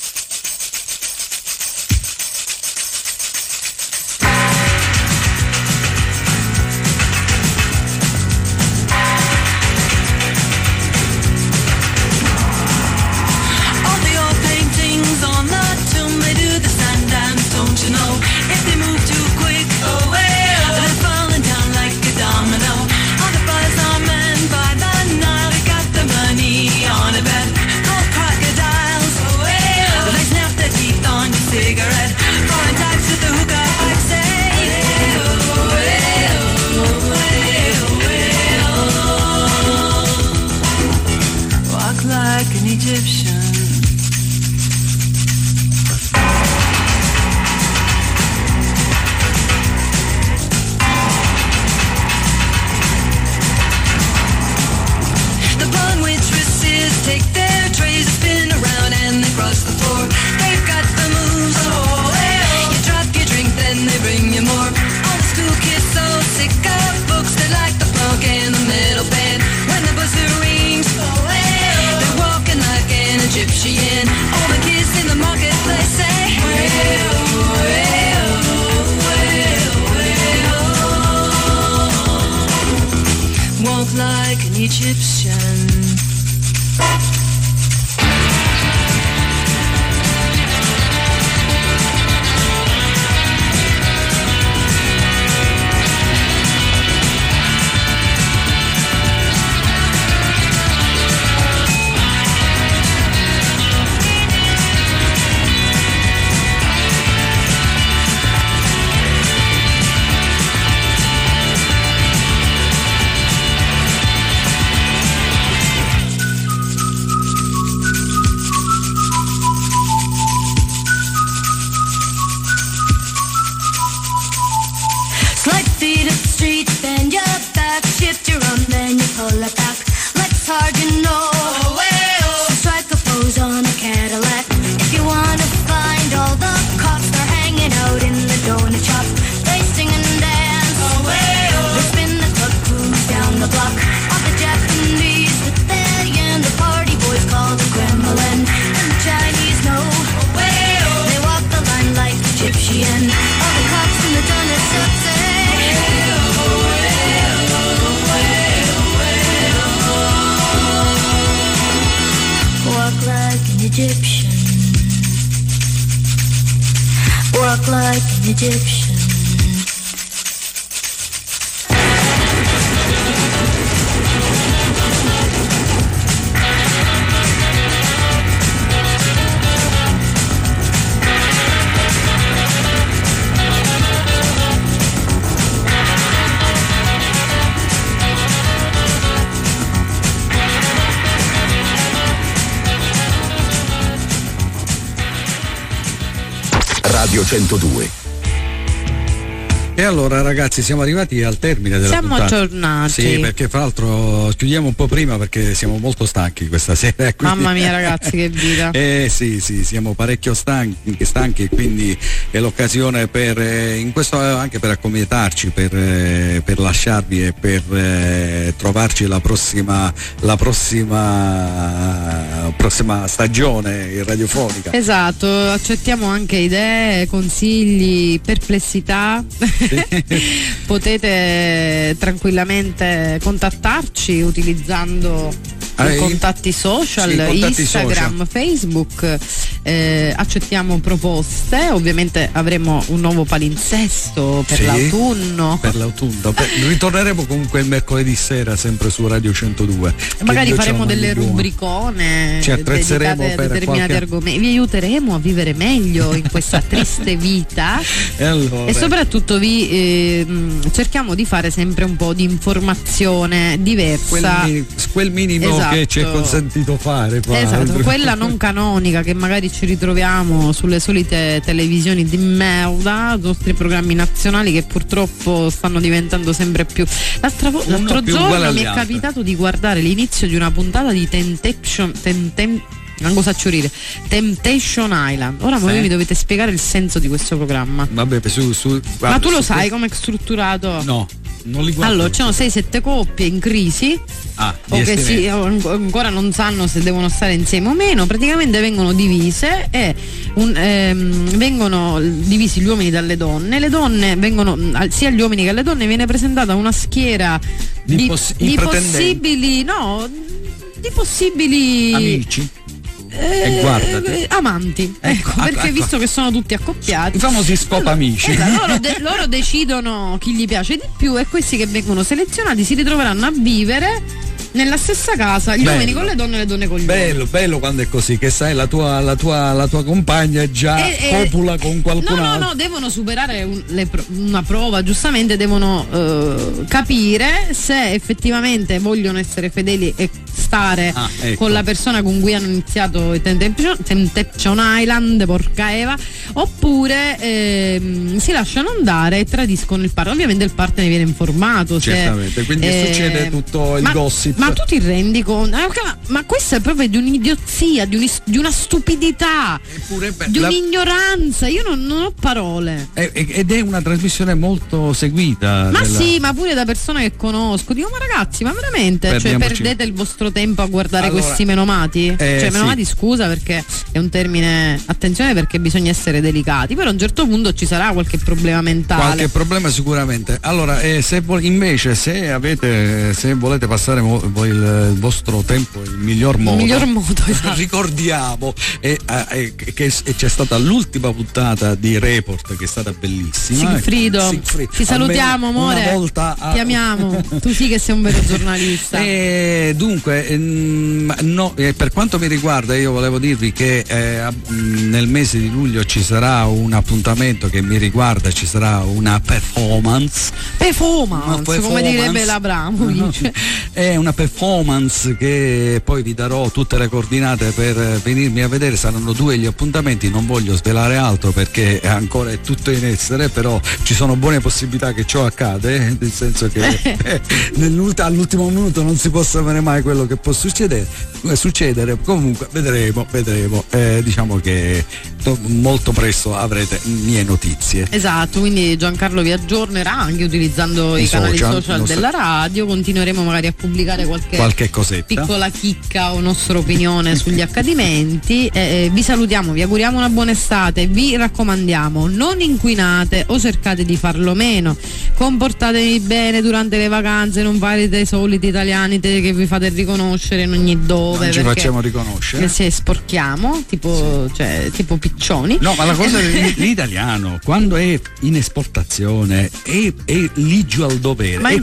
Radio 102. E allora ragazzi siamo arrivati al termine della puntata. Siamo aggiornati. Sì, perché fra l'altro chiudiamo un po' prima perché siamo molto stanchi questa sera. Quindi... Mamma mia ragazzi, che vita. Sì, siamo parecchio stanchi e quindi è l'occasione per in questo anche per accomiatarci, per lasciarvi e per trovarci la prossima stagione radiofonica. Esatto, accettiamo anche idee, consigli, perplessità. Potete tranquillamente contattarci utilizzando i contatti social, Instagram, social. Facebook, accettiamo proposte, ovviamente avremo un nuovo palinsesto per l'autunno. Ritorneremo comunque il mercoledì sera sempre su Radio 102. Magari faremo delle rubricone, ci attrezzeremo per determinati argomenti, vi aiuteremo a vivere meglio in questa triste vita e soprattutto vi cerchiamo di fare sempre un po' di informazione diversa, quel minimo che ci è consentito fare. Esatto, quella non canonica che magari ci ritroviamo sulle solite televisioni di merda, nostri programmi nazionali che purtroppo stanno diventando sempre più. L'altro giorno mi è capitato di guardare l'inizio di una puntata di Temptation Island. Ora voi mi dovete spiegare il senso di questo programma. Vabbè, ma tu lo sai come è strutturato? No, non li guardo. Allora, c'erano 6-7 coppie in crisi o che ancora non sanno se devono stare insieme o meno, praticamente vengono divise e vengono divisi gli uomini dalle donne. Le donne vengono, sia agli uomini che alle donne viene presentata una schiera di possibili amici. E guardati, amanti, ecco, perché visto che sono tutti accoppiati, i famosi scopamici, loro decidono chi gli piace di più, e questi che vengono selezionati si ritroveranno a vivere nella stessa casa, gli uomini con le donne e le donne con gli uomini. Bello quando è così, che sai la tua compagna già copula con qualcun altro. No, devono superare una prova, giustamente devono capire se effettivamente vogliono essere fedeli e stare con la persona con cui hanno iniziato Temptation Island, porca Eva, oppure si lasciano andare e tradiscono il partner. Ovviamente il partner viene informato. Certamente, quindi succede tutto il gossip. Ma tu ti rendi conto? Ma questo è proprio di un'idiozia, di una stupidità, di un'ignoranza. Io non ho parole. Ed è una trasmissione molto seguita. Sì, ma pure da persone che conosco. Dico, ma ragazzi, ma veramente? Cioè, perdete il vostro tempo a guardare questi menomati? Menomati, scusa, perché è un termine, attenzione, perché bisogna essere delicati, però a un certo punto ci sarà qualche problema mentale. Qualche problema sicuramente. Allora, se volete passare voi il vostro tempo il miglior modo, esatto. Ricordiamo che c'è stata l'ultima puntata di Report, che è stata bellissima. Sigfrido. Ti salutiamo, amore, ti amiamo, tu sì che sei un vero giornalista. Dunque per quanto mi riguarda, io volevo dirvi che nel mese di luglio ci sarà un appuntamento che mi riguarda, ci sarà una performance come direbbe l'Abramovic. È una performance che poi vi darò tutte le coordinate per venirmi a vedere. Saranno 2 gli appuntamenti, non voglio svelare altro perché ancora è tutto in essere, però ci sono buone possibilità che ciò accade, nel senso che all'ultimo minuto non si può sapere mai quello che può succedere. Comunque vedremo. Diciamo che molto presto avrete mie notizie. Esatto, quindi Giancarlo vi aggiornerà anche utilizzando i canali social della radio. Continueremo magari a pubblicare qualche cosetta, piccola chicca o nostra opinione sugli accadimenti. Vi salutiamo, vi auguriamo una buona estate, vi raccomandiamo, non inquinate o cercate di farlo meno, comportatevi bene durante le vacanze, non fate dei soliti italiani che vi fate riconoscere in ogni dove, non ci facciamo riconoscere, se sporchiamo tipo piccioni. No, ma la cosa l'italiano quando è in esportazione è ligio al dovere, ma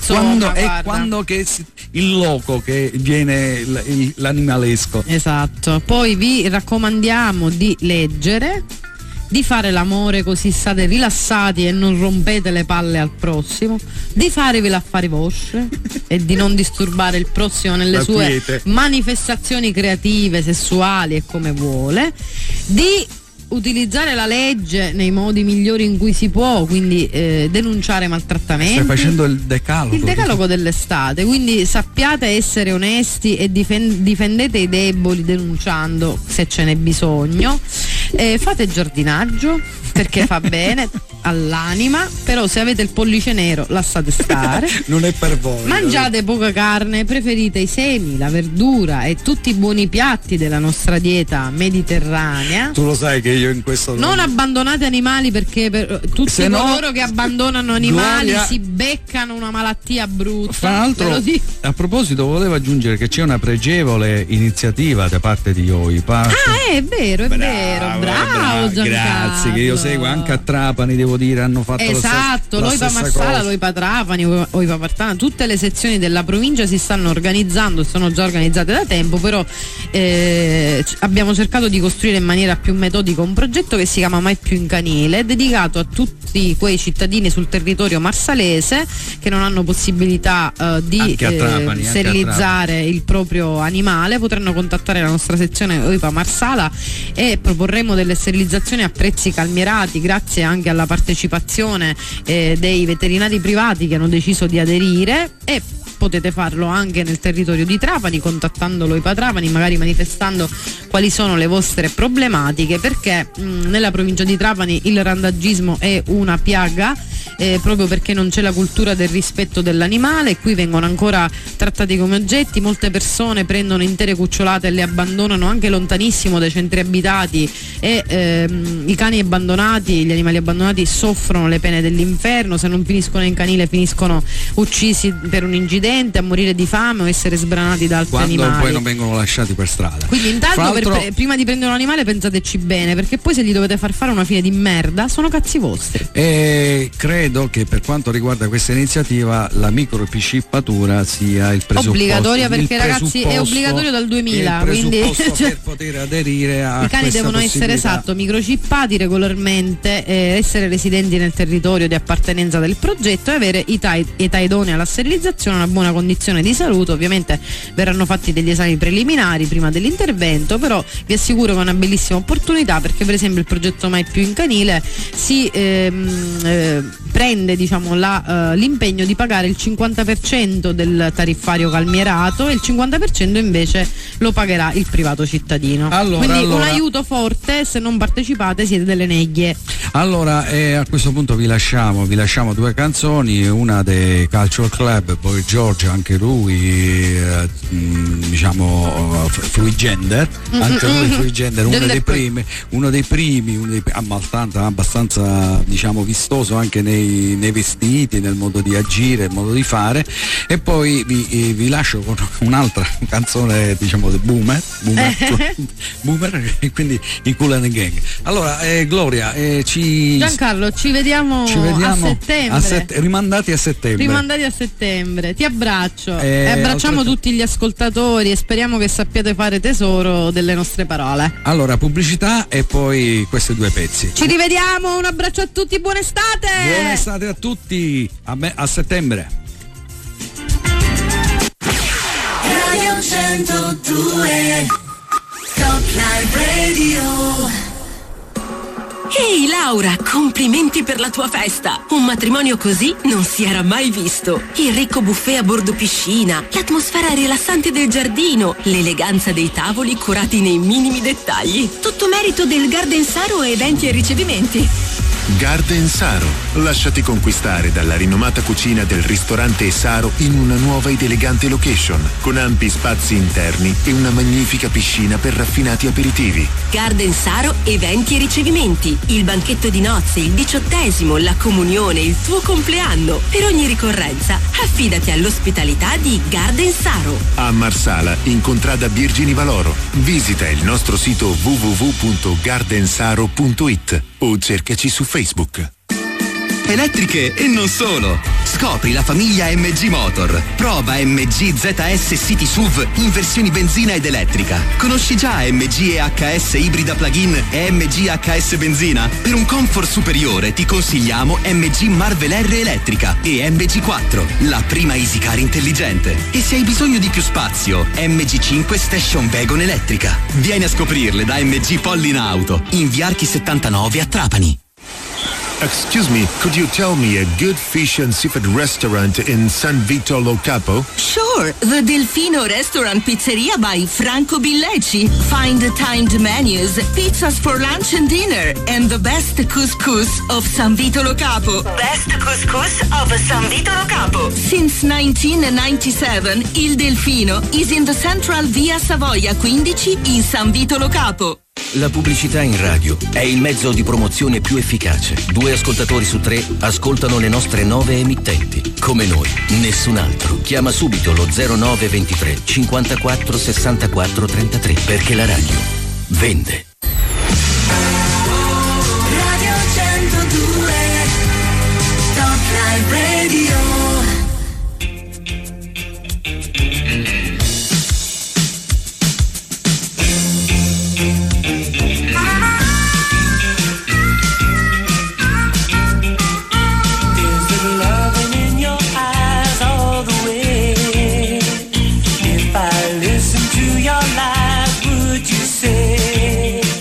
quando che il loco che viene l'animalesco. Esatto. Poi vi raccomandiamo di leggere, di fare l'amore così state rilassati e non rompete le palle al prossimo, di farevi l'affari vostri e di non disturbare il prossimo nelle sue manifestazioni creative, sessuali e come vuole, di utilizzare la legge nei modi migliori in cui si può, quindi denunciare maltrattamenti. Stai facendo il decalogo dell'estate, quindi sappiate essere onesti e difendete i deboli denunciando se ce n'è bisogno. Fate giardinaggio perché fa bene all'anima, però se avete il pollice nero lasciate stare. Non è per voi. Mangiate poca carne, preferite i semi, la verdura e tutti i buoni piatti della nostra dieta mediterranea. Tu lo sai che io in questo non abbandonate animali, perché tutti coloro che abbandonano animali si beccano una malattia brutta. Fra l'altro, a proposito, volevo aggiungere che c'è una pregevole iniziativa da parte di OIPA. È vero, bravo Giancarlo. Grazie, che io seguo anche a Trapani, devo dire, hanno fatto l'OIPA Marsala, l'OIPA Trapani, OIPA Partana, tutte le sezioni della provincia si stanno organizzando, sono già organizzate da tempo, però abbiamo cercato di costruire in maniera più metodica un progetto che si chiama Mai più in canile, dedicato a tutti quei cittadini sul territorio marsalese che non hanno possibilità di sterilizzare il proprio animale. Potranno contattare la nostra sezione OIPA Marsala e proporremo delle sterilizzazioni a prezzi calmierati, grazie anche alla partecipazione dei veterinari privati che hanno deciso di aderire, e potete farlo anche nel territorio di Trapani contattando l'OIPA Trapani, magari manifestando quali sono le vostre problematiche, perché nella provincia di Trapani il randagismo è una piaga proprio perché non c'è la cultura del rispetto dell'animale. Qui vengono ancora trattati come oggetti, molte persone prendono intere cucciolate e le abbandonano anche lontanissimo dai centri abitati e i cani abbandonati, gli animali abbandonati soffrono le pene dell'inferno, se non finiscono in canile finiscono uccisi per un incidente, a morire di fame o essere sbranati da altri animali. Quando poi non vengono lasciati per strada. Quindi intanto prima di prendere un animale pensateci bene, perché poi se gli dovete far fare una fine di merda sono cazzi vostri. E credo che per quanto riguarda questa iniziativa la microchippatura sia il presupposto obbligatoria, perché ragazzi è obbligatorio dal 2000, quindi per poter aderire a i cani devono essere microchippati regolarmente, essere residenti nel territorio di appartenenza del progetto e avere età idonea alla sterilizzazione, una buona condizione di salute. Ovviamente verranno fatti degli esami preliminari prima dell'intervento, però vi assicuro che è una bellissima opportunità, perché per esempio il progetto Mai più in canile si prende l'impegno di pagare il 50% del tariffario calmierato e il 50% invece lo pagherà il privato cittadino. Quindi un aiuto forte, se non partecipate siete delle neglie. Allora a questo punto vi lasciamo due canzoni, una dei Cultural Club, Boy George, anche lui free gender, anche lui free gender, uno dei primi abbastanza vistoso anche nei vestiti, nel modo di agire, nel modo di fare. E poi vi lascio con un'altra canzone del boomer e quindi i Kool and Gang. Allora Gloria, Giancarlo, ci vediamo a settembre. Rimandati a settembre. Ti abbraccio e abbracciamo tutti gli ascoltatori e speriamo che sappiate fare tesoro delle nostre parole. Allora, pubblicità e poi questi due pezzi. Ci rivediamo, un abbraccio a tutti, buona estate! Buona estate a tutti, a settembre. Radio 102 Top Line Radio. Ehi Laura, complimenti per la tua festa! Un matrimonio così non si era mai visto. Il ricco buffet a bordo piscina, l'atmosfera rilassante del giardino, l'eleganza dei tavoli curati nei minimi dettagli. Tutto merito del Garden Saro Eventi e Ricevimenti. Garden Saro. Lasciati conquistare dalla rinomata cucina del ristorante Saro in una nuova ed elegante location, con ampi spazi interni e una magnifica piscina per raffinati aperitivi. Garden Saro Eventi e Ricevimenti. Il banchetto di nozze, il 18°, la comunione, il tuo compleanno. Per ogni ricorrenza, affidati all'ospitalità di Garden Saro. A Marsala, in contrada Virgini Valoro. Visita il nostro sito www.gardensaro.it o cercaci su Facebook. Elettriche e non solo. Scopri la famiglia MG Motor. Prova MG ZS City SUV in versioni benzina ed elettrica. Conosci già MG EHS ibrida plug-in e MG HS benzina? Per un comfort superiore ti consigliamo MG Marvel R elettrica e MG4, la prima Easy Car intelligente. E se hai bisogno di più spazio, MG5 Station Wagon elettrica. Vieni a scoprirle da MG Pollin Auto, in via Archi 79 a Trapani. Excuse me, could you tell me a good fish and seafood restaurant in San Vito Lo Capo? Sure, the Delfino Restaurant Pizzeria by Franco Billecci. Find timed menus, pizzas for lunch and dinner, and the best couscous of San Vito Lo Capo. Best couscous of San Vito Lo Capo. Since 1997, il Delfino is in the central via Savoia 15 in San Vito Lo Capo. La pubblicità in radio è il mezzo di promozione più efficace. 2 ascoltatori su 3 ascoltano le nostre 9 emittenti. Come noi, nessun altro. Chiama subito lo 0923 54 64 33 perché la radio vende. Radio 102 Top Line Radio. Say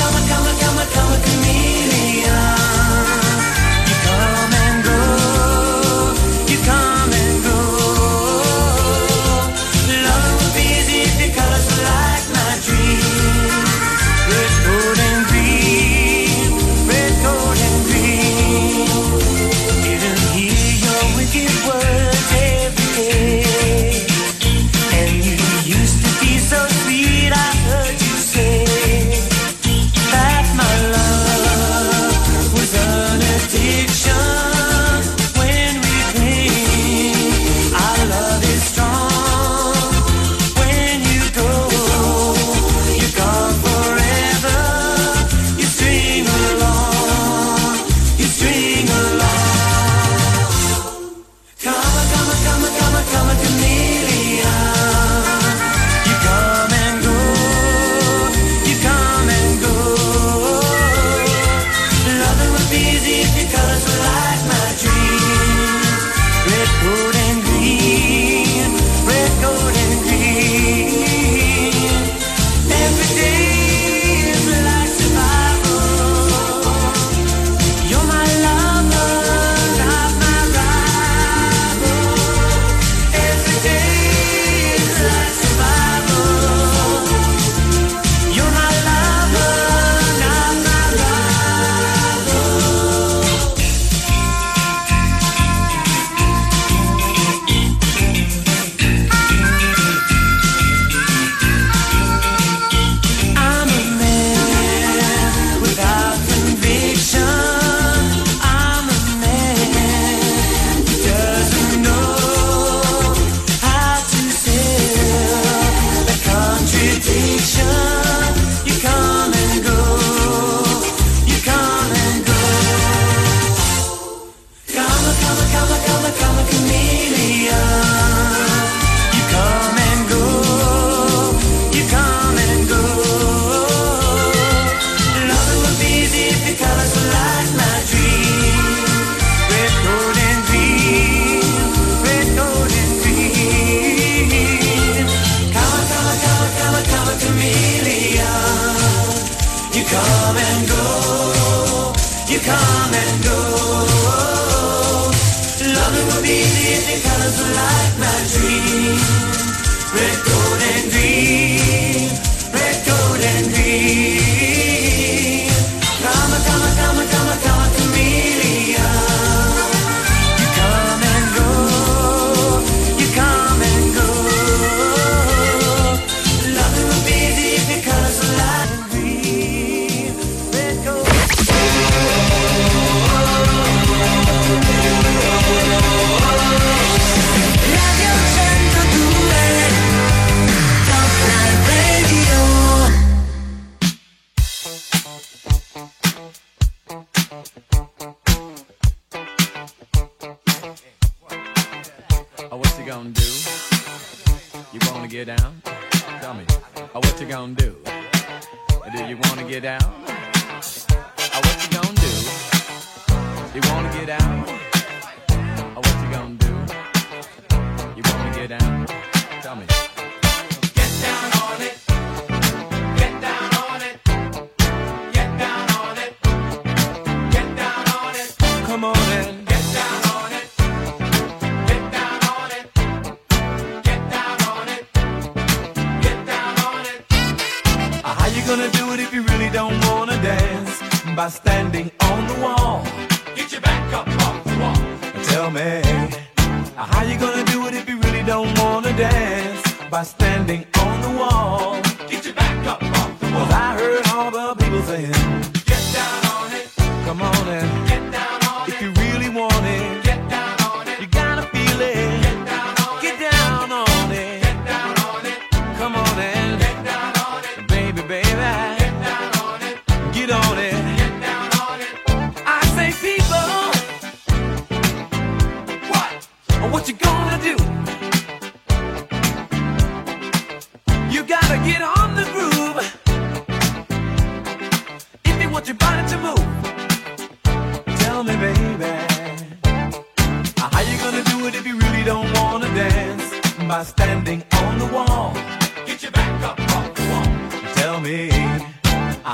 How you gonna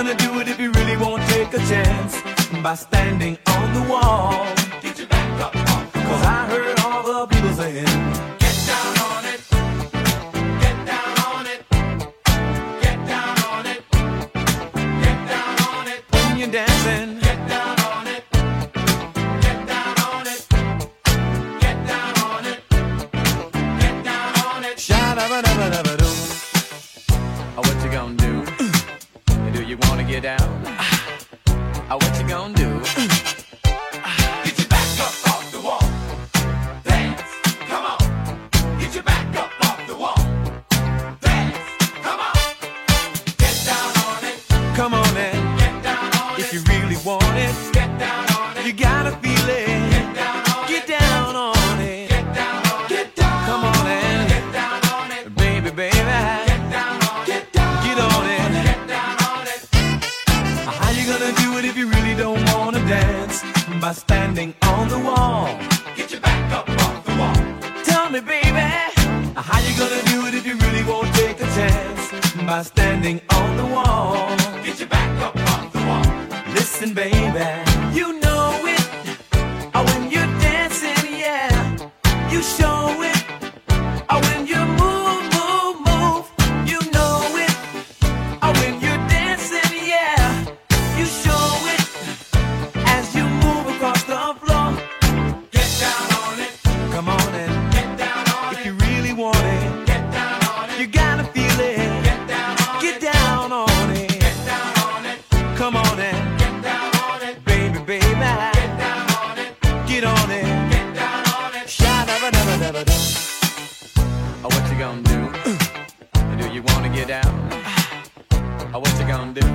gonna do it if you really won't take a chance? By standing on the wall. Get your back up off the wall. 'Cause I heard all the people saying, get down on it. Get down on it. Get down on it. Get down on it. When you're dancing. Get down on it. Get down on it. Get down on it. Get down on it. Sha-da-ba-da-ba-da-ba-doo. What you gonna do? Do you wanna get down? What you gonna do? Get your back up off the wall. Dance, come on. Get your back up off the wall. Dance, come on. Get down on it. Come on and get down on it. If you really want it, get down on it. You gotta feel it. Get down on it. Get down on it. Get down on it. Get down. Come on and get down on it. Baby, baby. Get down on it. Get on it. Get down on it. How you gonna do it if you really don't wanna dance? By standing on the wall. Get your back up off the wall. Tell me, baby, how you gonna do it if you really won't take a chance? By standing on the wall. Get your back up off the wall. Listen, baby, you know it. When you're dancing, yeah, you show it. When you move, move, move, you know it. When you're dancing, yeah, you show it. As you move across the floor, get down on it. Come on and get down on it. If you really want it, get down on it. You gotta feel it. Get down on it. Get down on it. Get down on it. Come on and get down on it. Baby, baby, get down on it. Get on it. Get down on it. Sha-da-ba-da-ba-da-ba-da. What you gonna do? Do you wanna get down? What you gonna do?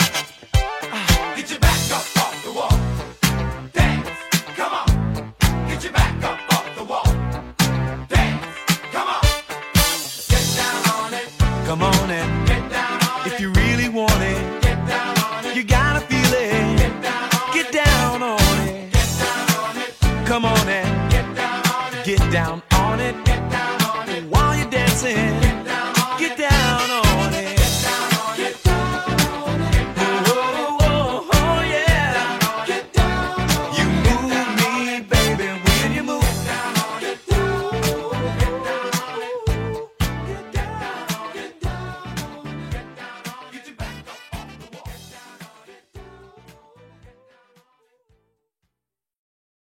Get your back up off the wall. Dance, come on. Get your back up off the wall. Dance, come on. Get down on it. Come on and